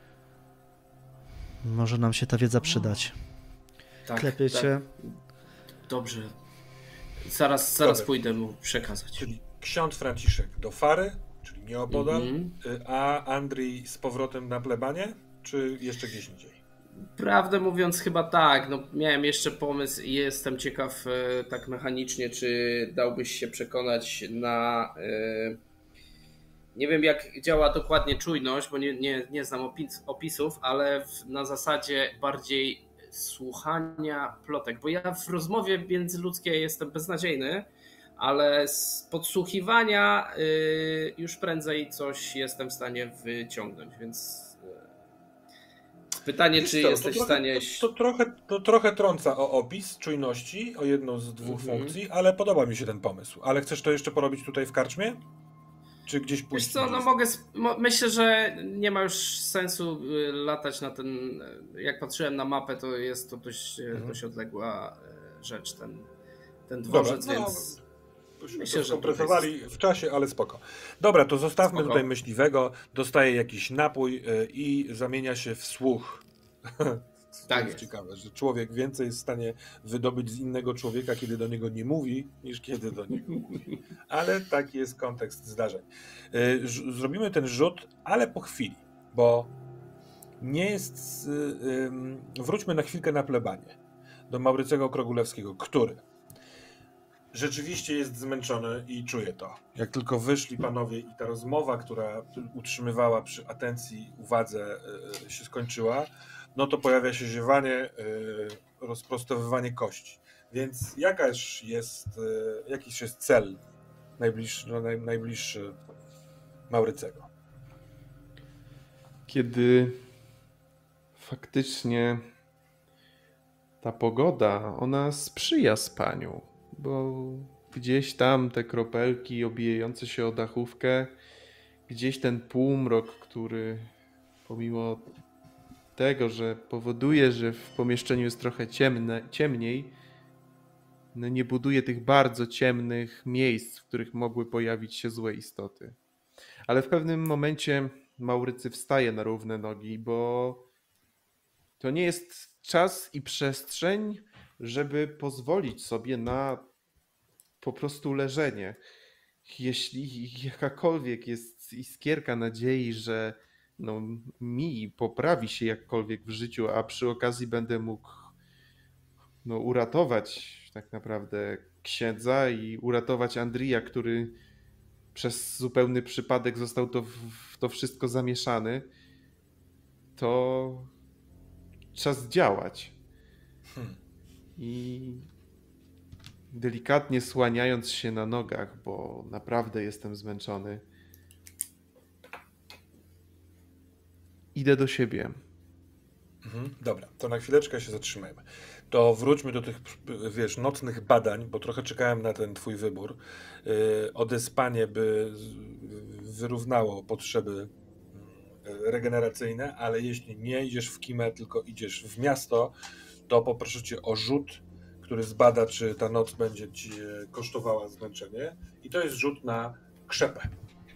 Może nam się ta wiedza przydać. Tak, Klepię tak. cię. Dobrze. Zaraz, zaraz Dobra. pójdę mu przekazać. Czyli ksiądz Franciszek do Fary, czyli nieopodal, Mhm. y, a Andrzej z powrotem na plebanie, czy jeszcze gdzieś indziej? Prawdę mówiąc chyba tak, no miałem jeszcze pomysł i jestem ciekaw e, tak mechanicznie, czy dałbyś się przekonać na... E, nie wiem jak działa dokładnie czujność, bo nie, nie, nie znam opis, opisów, ale w, na zasadzie bardziej słuchania plotek, bo ja w rozmowie międzyludzkiej jestem beznadziejny, ale z podsłuchiwania y, już prędzej coś jestem w stanie wyciągnąć, więc y, pytanie, Wiesz czy co, jesteś to w trochę, stanie... To, to, trochę, to trochę trąca o opis czujności, o jedną z dwóch Mhm. funkcji, ale podoba mi się ten pomysł. Ale chcesz to jeszcze porobić tutaj w karczmie? Czy gdzieś Wiesz pójść? co, no gdzieś? mogę, sp- mo- myślę, że nie ma już sensu y, latać na ten, y, jak patrzyłem na mapę, to jest to dość, y, Mhm. dość odległa y, rzecz, ten, ten Dobra, dworzec, no, więc Byśmy myślę, to że skompresowali w czasie, ale spoko. Dobra, to zostawmy Spoko. tutaj myśliwego, dostaje jakiś napój y, i zamienia się w słuch. To Tak jest jest. ciekawe, że człowiek więcej jest w stanie wydobyć z innego człowieka, kiedy do niego nie mówi, niż kiedy do niego mówi. Ale taki jest kontekst zdarzeń. Y, ż- Zrobimy ten rzut, ale po chwili, bo nie jest... y, ym, Wróćmy na chwilkę na plebanie. Do Maurycego Krogulewskiego, który rzeczywiście jest zmęczony i czuje to. Jak tylko wyszli panowie i ta rozmowa, która utrzymywała przy atencji, uwadze, y, się skończyła, no to pojawia się ziewanie, y, rozprostowywanie kości. Więc jakaś jest, y, jakiś jest cel najbliższy, no, naj, najbliższy Maurycego? Kiedy faktycznie ta pogoda, ona sprzyja spaniu, bo gdzieś tam te kropelki obijające się o dachówkę, gdzieś ten półmrok, który pomimo tego, że powoduje, że w pomieszczeniu jest trochę ciemne, ciemniej, no nie buduje tych bardzo ciemnych miejsc, w których mogły pojawić się złe istoty. Ale w pewnym momencie Maurycy wstaje na równe nogi, bo to nie jest czas i przestrzeń, żeby pozwolić sobie na po prostu leżenie. Jeśli jakakolwiek jest iskierka nadziei, że no, mi poprawi się jakkolwiek w życiu, a przy okazji będę mógł no, uratować tak naprawdę księdza i uratować Andrija, który przez zupełny przypadek został to w to wszystko zamieszany, to czas działać. Hmm. I delikatnie słaniając się na nogach, bo naprawdę jestem zmęczony, idę do siebie. Mhm, dobra, to na chwileczkę się zatrzymajmy. To wróćmy do tych, wiesz, nocnych badań, bo trochę czekałem na ten twój wybór. Yy, odespanie by z- wyrównało potrzeby yy, regeneracyjne, ale jeśli nie idziesz w kimę, tylko idziesz w miasto, to poproszę cię o rzut, który zbada, czy ta noc będzie ci kosztowała zmęczenie. I to jest rzut na krzepę.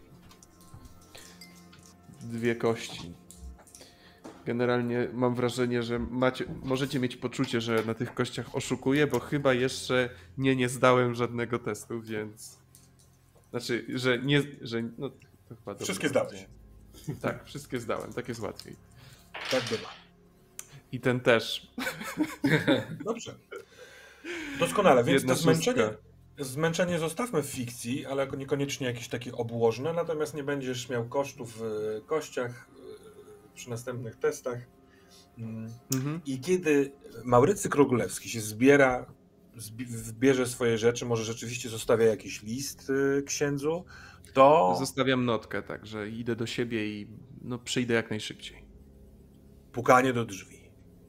Dwie kości. Generalnie mam wrażenie, że macie, możecie mieć poczucie, że na tych kościach oszukuję, bo chyba jeszcze nie, nie zdałem żadnego testu, więc... Znaczy, że nie... Że, no, to chyba dobrze Wszystkie zdałeś. powiedziałem. Tak, wszystkie zdałem, tak jest łatwiej. Tak bywa. I ten też. Dobrze. Doskonale, więc Jedna to zmęczenie, szóstka. zmęczenie zostawmy w fikcji, ale niekoniecznie jakieś takie obłożne, natomiast nie będziesz miał kosztów w kościach y, przy następnych testach. Mm. Mhm. I kiedy Maurycy Krogulewski się zbiera bierze swoje rzeczy, może rzeczywiście zostawia jakiś list księdzu, to... Zostawiam notkę, tak, że idę do siebie i no, przyjdę jak najszybciej. Pukanie do drzwi.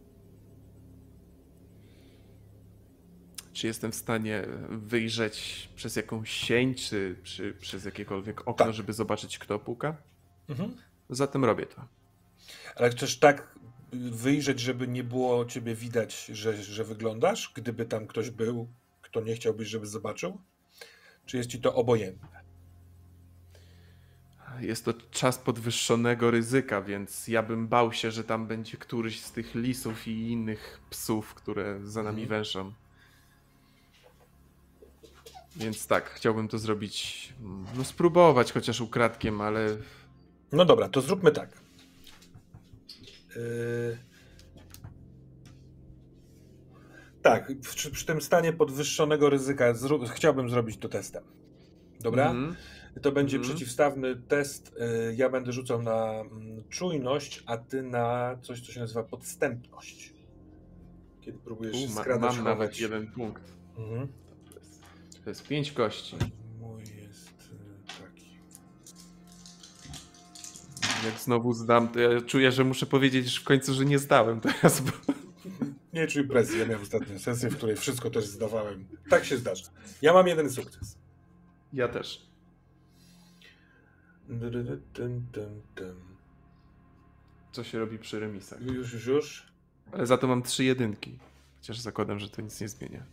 Czy jestem w stanie wyjrzeć przez jakąś sień, czy, czy przez jakiekolwiek okno, tak. żeby zobaczyć, kto puka? Mhm. Zatem robię to. Ale chcesz tak wyjrzeć, żeby nie było ciebie widać, że, że wyglądasz, gdyby tam ktoś był, kto nie chciałbyś, żeby zobaczył? Czy jest ci to obojętne? Jest to czas podwyższonego ryzyka, więc ja bym bał się, że tam będzie któryś z tych lisów i innych psów, które za nami mhm. węszą. Więc tak, chciałbym to zrobić, no spróbować chociaż ukradkiem, ale... No dobra, to zróbmy tak. Yy... Tak, przy, przy tym stanie podwyższonego ryzyka zrób, chciałbym zrobić to testem. Dobra? Mm. To będzie mm. przeciwstawny test. Yy, ja będę rzucał na mm, czujność, a ty na coś, co się nazywa podstępność. Kiedy próbujesz się skradać. Mam nawet jeden punkt. Mhm. To jest pięć kości. Mój jest taki. Jak znowu zdam, to ja czuję, że muszę powiedzieć w końcu, że nie zdałem teraz. Bo... Nie czuj presji. Ja miałem ostatnią sesję, w której wszystko też zdawałem. Tak się zdarza. Ja mam jeden sukces. Ja też. Co się robi przy remisach? Już, już, już. Ale za to mam trzy jedynki. Chociaż zakładam, że to nic nie zmienia.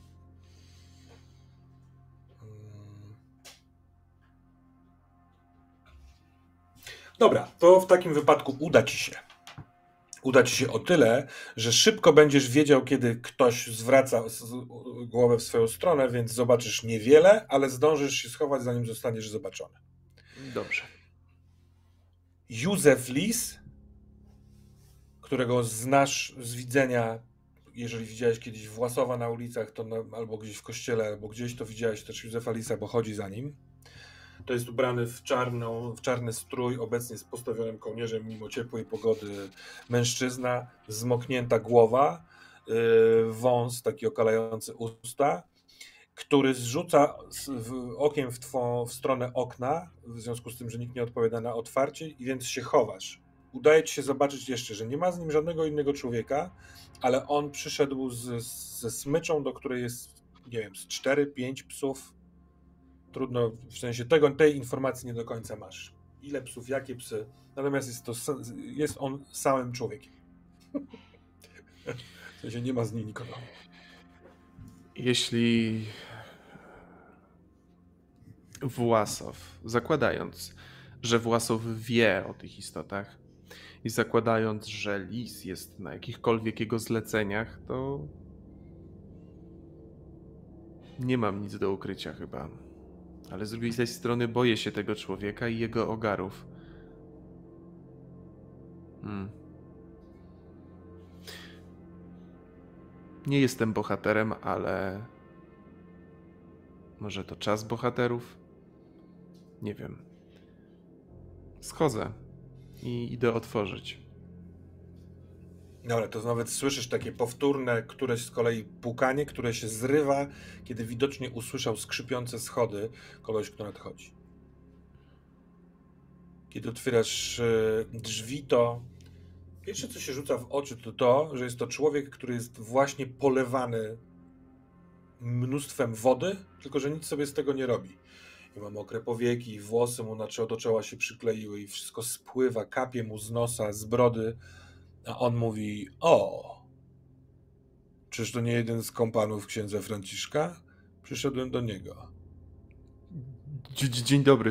Dobra, to w takim wypadku uda ci się. Uda ci się o tyle, że szybko będziesz wiedział, kiedy ktoś zwraca głowę w swoją stronę, więc zobaczysz niewiele, ale zdążysz się schować, zanim zostaniesz zobaczony. Dobrze. Józef Lis, którego znasz z widzenia, jeżeli widziałeś kiedyś Własowa na ulicach, to na, albo gdzieś w kościele, albo gdzieś, to widziałeś też Józefa Lisa, bo chodzi za nim. To jest ubrany w, czarną, w czarny strój, obecnie z postawionym kołnierzem mimo ciepłej pogody mężczyzna, zmoknięta głowa, yy, wąs taki okalający usta, który zrzuca w, okiem w, twą, w stronę okna, w związku z tym, że nikt nie odpowiada na otwarcie, i więc się chowasz. Udaje ci się zobaczyć jeszcze, że nie ma z nim żadnego innego człowieka, ale on przyszedł z, ze smyczą, do której jest, nie wiem, z cztery, pięć psów. Trudno, w sensie tego, tej informacji nie do końca masz. Ile psów, jakie psy. Natomiast jest, to, jest on samym człowiekiem. W sensie nie ma z nim nikogo. Jeśli Własow, zakładając, że Własow wie o tych istotach i zakładając, że Lis jest na jakichkolwiek jego zleceniach, to nie mam nic do ukrycia chyba. Ale z drugiej strony boję się tego człowieka i jego ogarów. Hmm. Nie jestem bohaterem, ale może to czas bohaterów? Nie wiem. Schodzę i idę otworzyć. Dobra, to nawet słyszysz takie powtórne, któreś z kolei pukanie, które się zrywa, kiedy widocznie usłyszał skrzypiące schody kogoś, kto nadchodzi. Kiedy otwierasz drzwi, to pierwsze, co się rzuca w oczy, to to, że jest to człowiek, który jest właśnie polewany mnóstwem wody, tylko że nic sobie z tego nie robi. I ma mokre powieki, i włosy mu do czoła się przykleiły i wszystko spływa, kapie mu z nosa, z brody. A on mówi: o, czyż to nie jeden z kompanów księdza Franciszka? Przyszedłem do niego. Dzień dobry.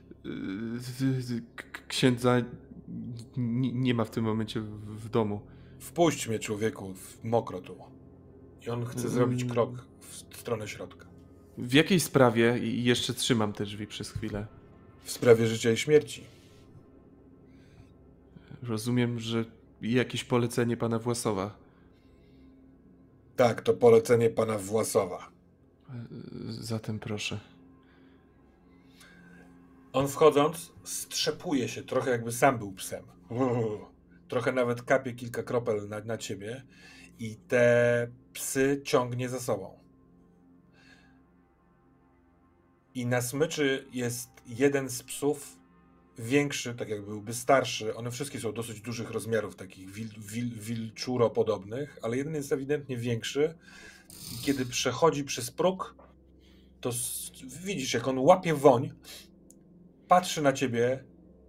Księdza nie ma w tym momencie w domu. Wpuść mnie, człowieku, mokro tu. I on chce zrobić krok w stronę środka. W jakiej sprawie? I jeszcze trzymam te drzwi przez chwilę. W sprawie życia i śmierci. Rozumiem, że jakieś polecenie pana Własowa. Tak, to polecenie pana Własowa. Zatem proszę. On wchodząc strzepuje się, trochę jakby sam był psem. Trochę nawet kapie kilka kropel na, na ciebie i te psy ciągnie za sobą. I na smyczy jest jeden z psów większy, tak jak byłby starszy. One wszystkie są dosyć dużych rozmiarów, takich wil, wil, wilczuropodobnych, ale jeden jest ewidentnie większy. I kiedy przechodzi przez próg, to widzisz, jak on łapie woń, patrzy na ciebie,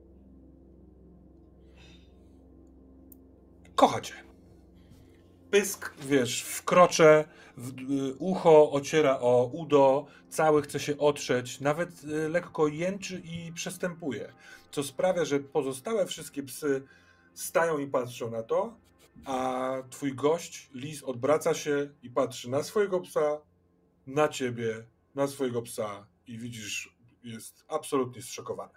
kocha cię. Pysk, wiesz, wkrocze, w ucho ociera o udo, cały chce się otrzeć, nawet lekko jęczy i przestępuje, co sprawia, że pozostałe wszystkie psy stają i patrzą na to, a twój gość, lis, odwraca się i patrzy na swojego psa, na ciebie, na swojego psa i widzisz, jest absolutnie zszokowany.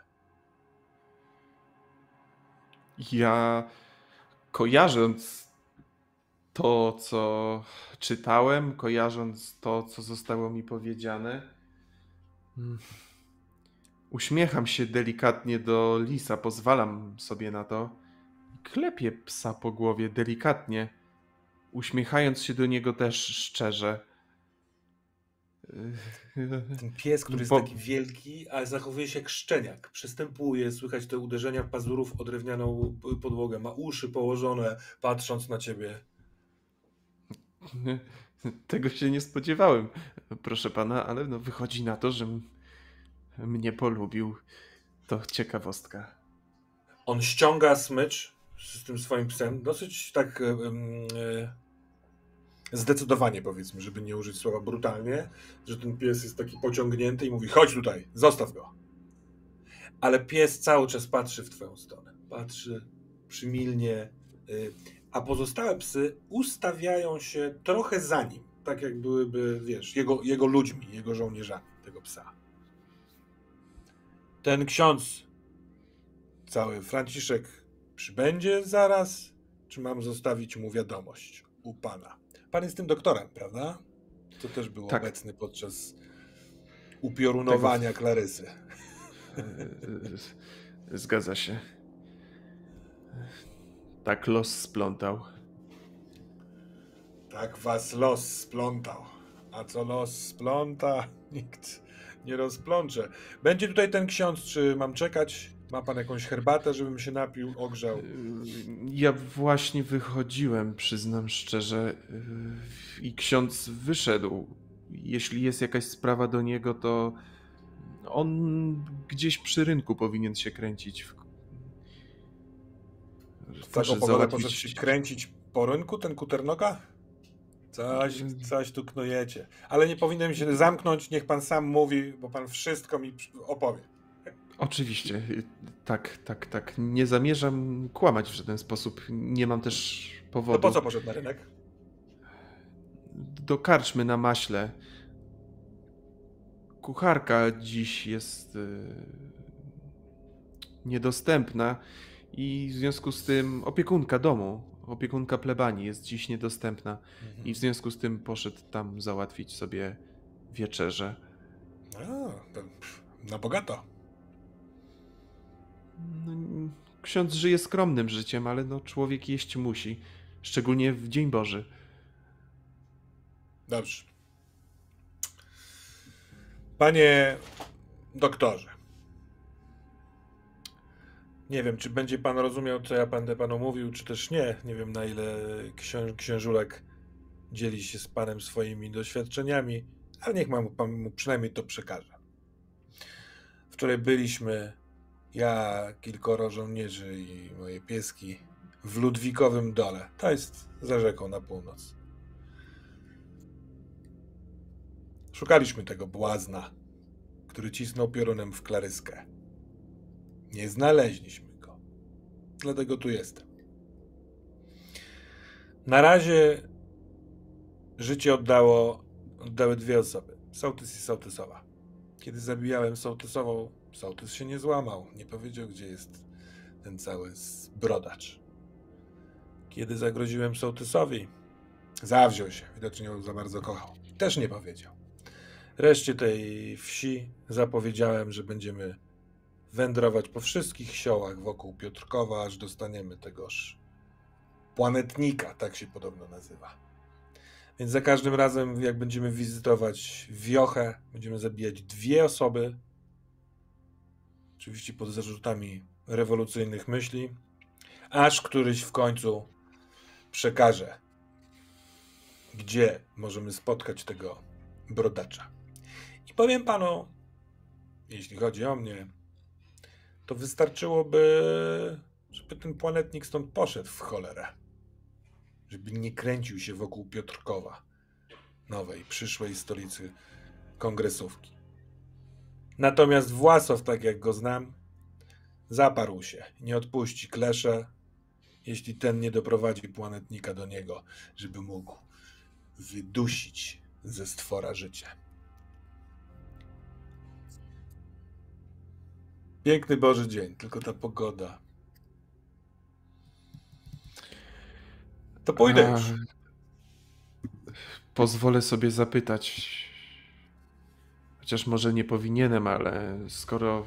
Ja, kojarząc to, co czytałem, kojarząc to, co zostało mi powiedziane, uśmiecham się delikatnie do lisa, pozwalam sobie na to. Klepię psa po głowie delikatnie, uśmiechając się do niego też szczerze. Ten pies, który jest Bo... taki wielki, ale zachowuje się jak szczeniak. Przystępuje, słychać te uderzenia pazurów o drewnianą podłogę. Ma uszy położone, patrząc na ciebie. Tego się nie spodziewałem, proszę pana, ale no wychodzi na to, że m- mnie polubił. To ciekawostka. On ściąga smycz z tym swoim psem, dosyć tak e, e, zdecydowanie, powiedzmy, żeby nie użyć słowa brutalnie, że ten pies jest taki pociągnięty i mówi: chodź tutaj, zostaw go. Ale pies cały czas patrzy w twoją stronę. Patrzy przymilnie, y, a pozostałe psy ustawiają się trochę za nim, tak jak byłyby, wiesz, jego, jego ludźmi, jego żołnierzami, tego psa. Ten ksiądz, cały Franciszek, przybędzie zaraz, czy mam zostawić mu wiadomość u pana? Pan jest tym doktorem, prawda? To też był Tak. obecny podczas upiorunowania Tego... Klarysy. Zgadza się. Tak los splątał. Tak was los splątał. A co los spląta, nikt nie rozplącze. Będzie tutaj ten ksiądz, czy mam czekać? Ma pan jakąś herbatę, żebym się napił, ogrzał? Ja właśnie wychodziłem, przyznam szczerze, i ksiądz wyszedł. Jeśli jest jakaś sprawa do niego, to on gdzieś przy rynku powinien się kręcić. W taką pogodę załatwić... poszedł się kręcić po rynku ten kuternoga? Coś, coś tu knujecie. Ale nie powinienem się zamknąć, niech pan sam mówi, bo pan wszystko mi opowie. Oczywiście, tak, tak, tak. Nie zamierzam kłamać w żaden sposób. Nie mam też powodu. To po co poszedł na rynek? Do karczmy na maśle. Kucharka dziś jest yy, niedostępna i w związku z tym opiekunka domu, opiekunka plebanii jest dziś niedostępna mhm. i w związku z tym poszedł tam załatwić sobie wieczerzę. A, to na bogato. No, ksiądz żyje skromnym życiem, ale no, człowiek jeść musi, szczególnie w Dzień Boży. Dobrze. Panie doktorze, nie wiem, czy będzie pan rozumiał, co ja będę panu mówił, czy też nie. Nie wiem, na ile księ- księżulek dzieli się z panem swoimi doświadczeniami, ale niech mam, pan mu przynajmniej to przekaże. Wczoraj byliśmy, ja, kilkoro żołnierzy i moje pieski, w Ludwikowym Dole. To jest za rzeką na północ. Szukaliśmy tego błazna, który cisnął piorunem w Klaryskę. Nie znaleźliśmy go. Dlatego tu jestem. Na razie życie oddało, oddały dwie osoby. Sołtys i sołtysowa. Kiedy zabijałem sołtysową, sołtys się nie złamał. Nie powiedział, gdzie jest ten cały brodacz. Kiedy zagroziłem sołtysowi, zawziął się. Widocznie ją za bardzo kochał. Też nie powiedział. Reszcie tej wsi zapowiedziałem, że będziemy wędrować po wszystkich siołach wokół Piotrkowa, aż dostaniemy tegoż planetnika, tak się podobno nazywa. Więc za każdym razem, jak będziemy wizytować wiochę, będziemy zabijać dwie osoby. Oczywiście pod zarzutami rewolucyjnych myśli. Aż któryś w końcu przekaże, gdzie możemy spotkać tego brodacza. I powiem panu, jeśli chodzi o mnie, to wystarczyłoby, żeby ten planetnik stąd poszedł w cholerę. Żeby nie kręcił się wokół Piotrkowa, nowej, przyszłej stolicy kongresówki. Natomiast Własow, tak jak go znam, zaparł się. Nie odpuści Klesze, jeśli ten nie doprowadzi planetnika do niego, żeby mógł wydusić ze stwora życie. Piękny Boży dzień, tylko ta pogoda. To pójdę już. A, pozwolę sobie zapytać, chociaż może nie powinienem, ale skoro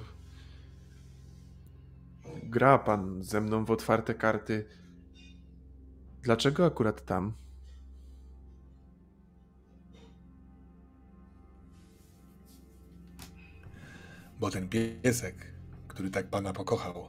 gra pan ze mną w otwarte karty, dlaczego akurat tam? Bo ten piesek, który tak pana pokochał,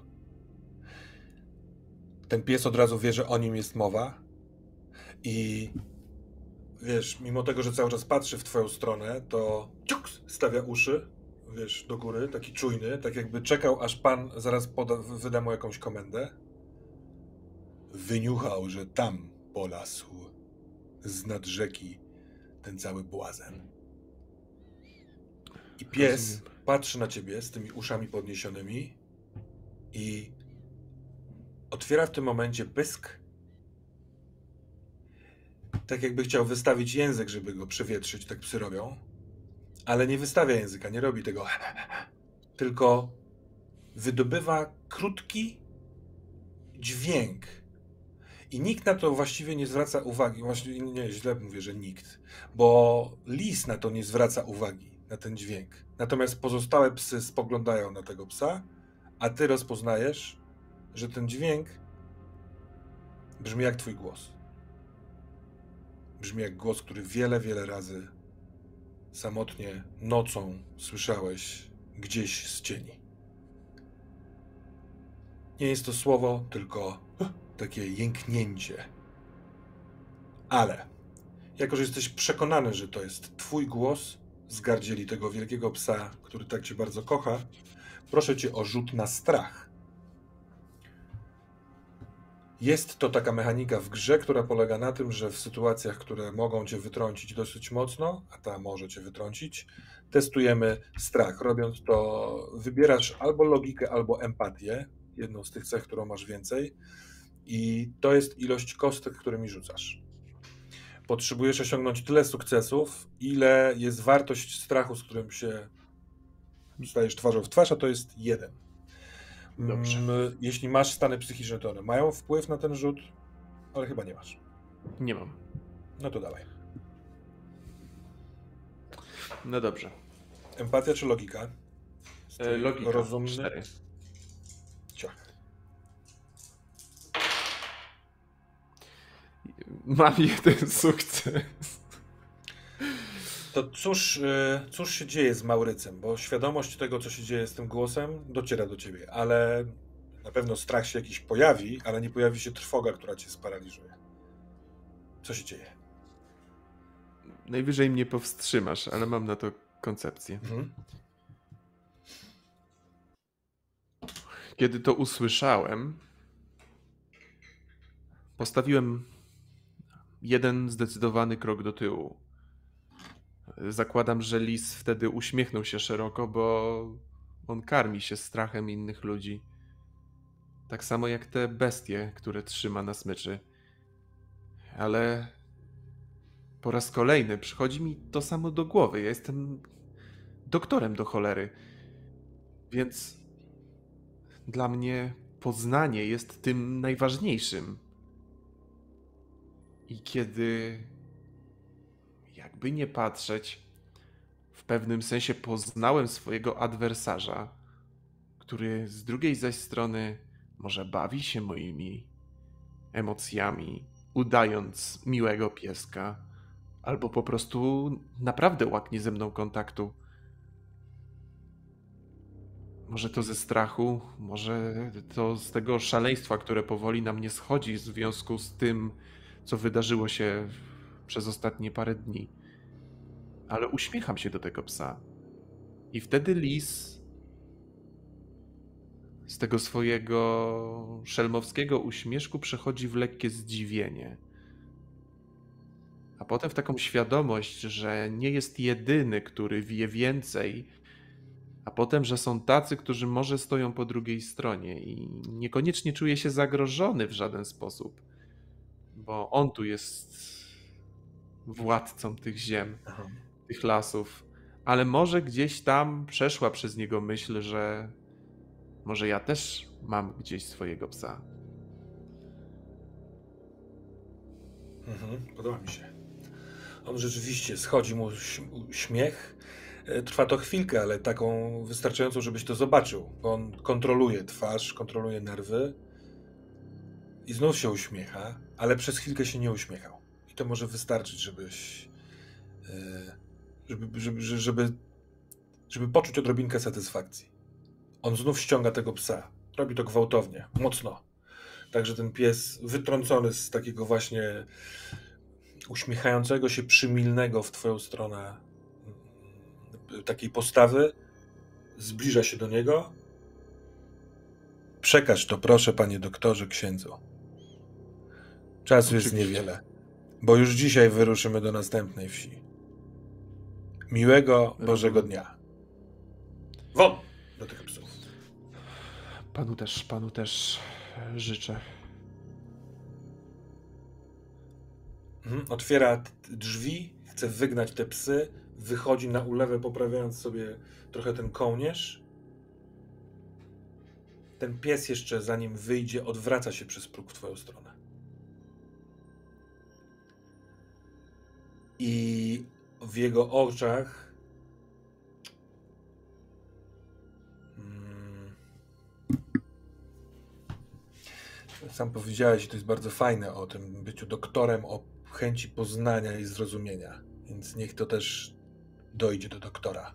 ten pies od razu wie, że o nim jest mowa i wiesz, mimo tego, że cały czas patrzy w twoją stronę, to ciuks, stawia uszy, wiesz, do góry, taki czujny, tak jakby czekał, aż pan zaraz poda, wyda mu jakąś komendę. Wyniuchał, że tam polasł z nad rzeki ten cały błazen. I pies Rozumiem. patrzy na ciebie z tymi uszami podniesionymi i otwiera w tym momencie pysk, tak jakby chciał wystawić język, żeby go przewietrzyć, tak psy robią, ale nie wystawia języka, nie robi tego, tylko wydobywa krótki dźwięk. I nikt na to właściwie nie zwraca uwagi, właśnie nie, źle mówię, że nikt, bo lis na to nie zwraca uwagi, na ten dźwięk. Natomiast pozostałe psy spoglądają na tego psa, a ty rozpoznajesz, że ten dźwięk brzmi jak twój głos. Brzmi jak głos, który wiele, wiele razy samotnie nocą słyszałeś gdzieś z cieni. Nie jest to słowo, tylko takie jęknięcie. Ale jako, że jesteś przekonany, że to jest twój głos z gardzieli tego wielkiego psa, który tak cię bardzo kocha, proszę cię o rzut na strach. Jest to taka mechanika w grze, która polega na tym, że w sytuacjach, które mogą cię wytrącić dosyć mocno, a ta może cię wytrącić, testujemy strach. Robiąc to, wybierasz albo logikę, albo empatię, jedną z tych cech, którą masz więcej, i to jest ilość kostek, którymi rzucasz. Potrzebujesz osiągnąć tyle sukcesów, ile jest wartość strachu, z którym się stajesz twarzą w twarz, a to jest jeden. Dobrze. Jeśli masz stany psychiczne, to one mają wpływ na ten rzut, ale chyba nie masz. Nie mam. No to dawaj. No dobrze. Empatia czy logika? E, logika. Rozumny. Cztery. Ciach. Mam jeden sukces. To cóż, cóż się dzieje z Maurycem? Bo świadomość tego, co się dzieje z tym głosem, dociera do ciebie, ale na pewno strach się jakiś pojawi, ale nie pojawi się trwoga, która cię sparaliżuje. Co się dzieje? Najwyżej mnie powstrzymasz, ale mam na to koncepcję. Mhm. Kiedy to usłyszałem, postawiłem jeden zdecydowany krok do tyłu. Zakładam, że lis wtedy uśmiechnął się szeroko, bo on karmi się strachem innych ludzi. Tak samo jak te bestie, które trzyma na smyczy. Ale po raz kolejny przychodzi mi to samo do głowy. Ja jestem doktorem do cholery. Więc dla mnie poznanie jest tym najważniejszym. I kiedy, jakby nie patrzeć, w pewnym sensie poznałem swojego adwersarza, który z drugiej zaś strony może bawi się moimi emocjami, udając miłego pieska, Albo po prostu naprawdę łaknie ze mną kontaktu. Może to ze strachu, może to z tego szaleństwa, które powoli na mnie schodzi w związku z tym, co wydarzyło się przez ostatnie parę dni. Ale uśmiecham się do tego psa. I wtedy lis z tego swojego szelmowskiego uśmieszku przechodzi w lekkie zdziwienie. A potem w taką świadomość, że nie jest jedyny, który wie więcej, a potem, że są tacy, którzy może stoją po drugiej stronie i niekoniecznie czuje się zagrożony w żaden sposób, bo on tu jest władcą tych ziem, Aha. tych lasów, ale może gdzieś tam przeszła przez niego myśl, że może ja też mam gdzieś swojego psa. Mhm, podoba mi się. On rzeczywiście, schodzi mu śmiech. Trwa to chwilkę, ale taką wystarczającą, żebyś to zobaczył, bo on kontroluje twarz, kontroluje nerwy i znów się uśmiecha, ale przez chwilkę się nie uśmiechał. I to może wystarczyć, żebyś żeby, żeby, żeby, żeby poczuć odrobinkę satysfakcji. On znów ściąga tego psa. Robi to gwałtownie, mocno. Także ten pies wytrącony z takiego właśnie uśmiechającego się, przymilnego w twoją stronę takiej postawy, zbliża się do niego. Przekaż to, proszę, panie doktorze, księdzu. Czasu jest niewiele, bo już dzisiaj wyruszymy do następnej wsi. Miłego Bożego dnia. Won do tych psów. Panu też, panu też życzę. Mhm. Otwiera drzwi, chce wygnać te psy, wychodzi na ulewę, poprawiając sobie trochę ten kołnierz. Ten pies jeszcze, zanim wyjdzie, odwraca się przez próg w twoją stronę. I w jego oczach hmm, sam powiedziałeś, i to jest bardzo fajne, o tym byciu doktorem, o chęci poznania i zrozumienia. Więc niech to też dojdzie do doktora.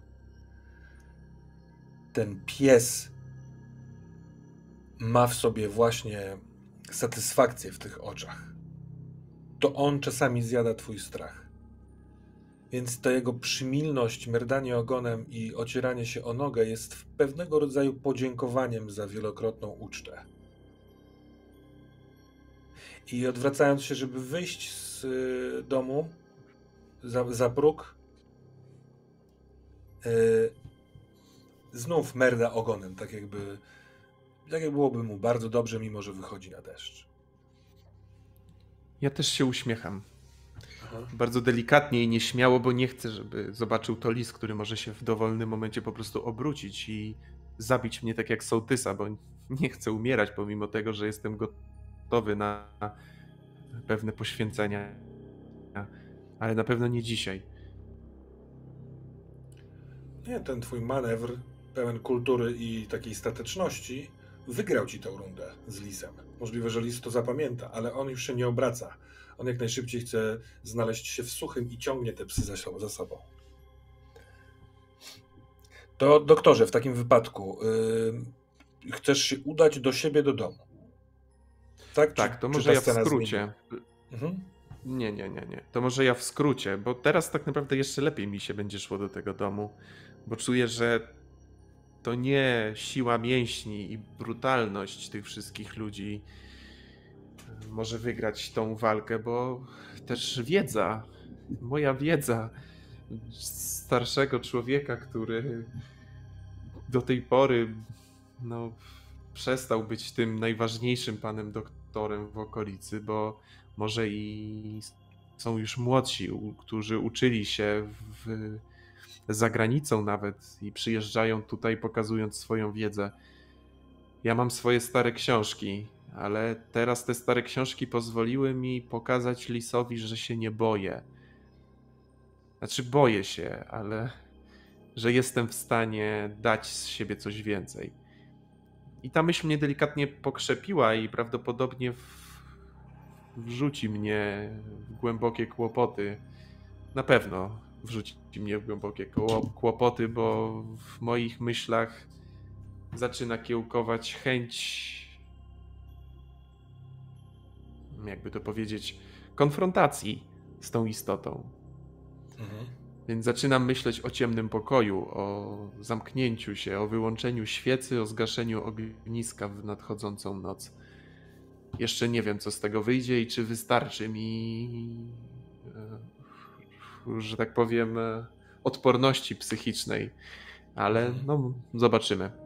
Ten pies ma w sobie właśnie satysfakcję w tych oczach. To on czasami zjada twój strach. Więc ta jego przymilność, merdanie ogonem i ocieranie się o nogę jest pewnego rodzaju podziękowaniem za wielokrotną ucztę. I odwracając się, żeby wyjść z domu za, za próg, yy, znów merda ogonem, tak jakby, tak jak byłoby mu bardzo dobrze, mimo że wychodzi na deszcz. Ja też się uśmiecham. Aha. Bardzo delikatnie i nieśmiało, bo nie chcę, żeby zobaczył to lis, który może się w dowolnym momencie po prostu obrócić i zabić mnie tak jak sołtysa, bo nie chcę umierać, pomimo tego, że jestem gotowy na pewne poświęcenia. Ale na pewno nie dzisiaj. Nie, ten twój manewr pełen kultury i takiej stateczności wygrał ci tę rundę z lisem. Możliwe, że lis to zapamięta, ale on już się nie obraca. On jak najszybciej chce znaleźć się w suchym i ciągnie te psy za, za sobą. To doktorze, w takim wypadku yy, chcesz się udać do siebie do domu. Tak, tak czy, to czy może ja w scena skrócie. Mhm. Nie, nie, nie, nie. To może ja w skrócie, bo teraz tak naprawdę jeszcze lepiej mi się będzie szło do tego domu, bo czuję, że to nie siła mięśni i brutalność tych wszystkich ludzi może wygrać tą walkę, bo też wiedza, moja wiedza starszego człowieka, który do tej pory no, przestał być tym najważniejszym panem doktorem w okolicy, bo może i są już młodsi, którzy uczyli się w, za granicą nawet i przyjeżdżają tutaj pokazując swoją wiedzę. Ja mam swoje stare książki, ale teraz te stare książki pozwoliły mi pokazać lisowi, że się nie boję. Znaczy boję się, ale że jestem w stanie dać z siebie coś więcej. I ta myśl mnie delikatnie pokrzepiła i prawdopodobnie w, wrzuci mnie w głębokie kłopoty, na pewno wrzuci mnie w głębokie kłopoty, bo w moich myślach zaczyna kiełkować chęć, jakby to powiedzieć, konfrontacji z tą istotą. Mhm. Więc zaczynam myśleć o ciemnym pokoju, o zamknięciu się, o wyłączeniu świecy, o zgaszeniu ogniska w nadchodzącą noc. Jeszcze nie wiem, co z tego wyjdzie i czy wystarczy mi, że tak powiem, odporności psychicznej, ale no, zobaczymy.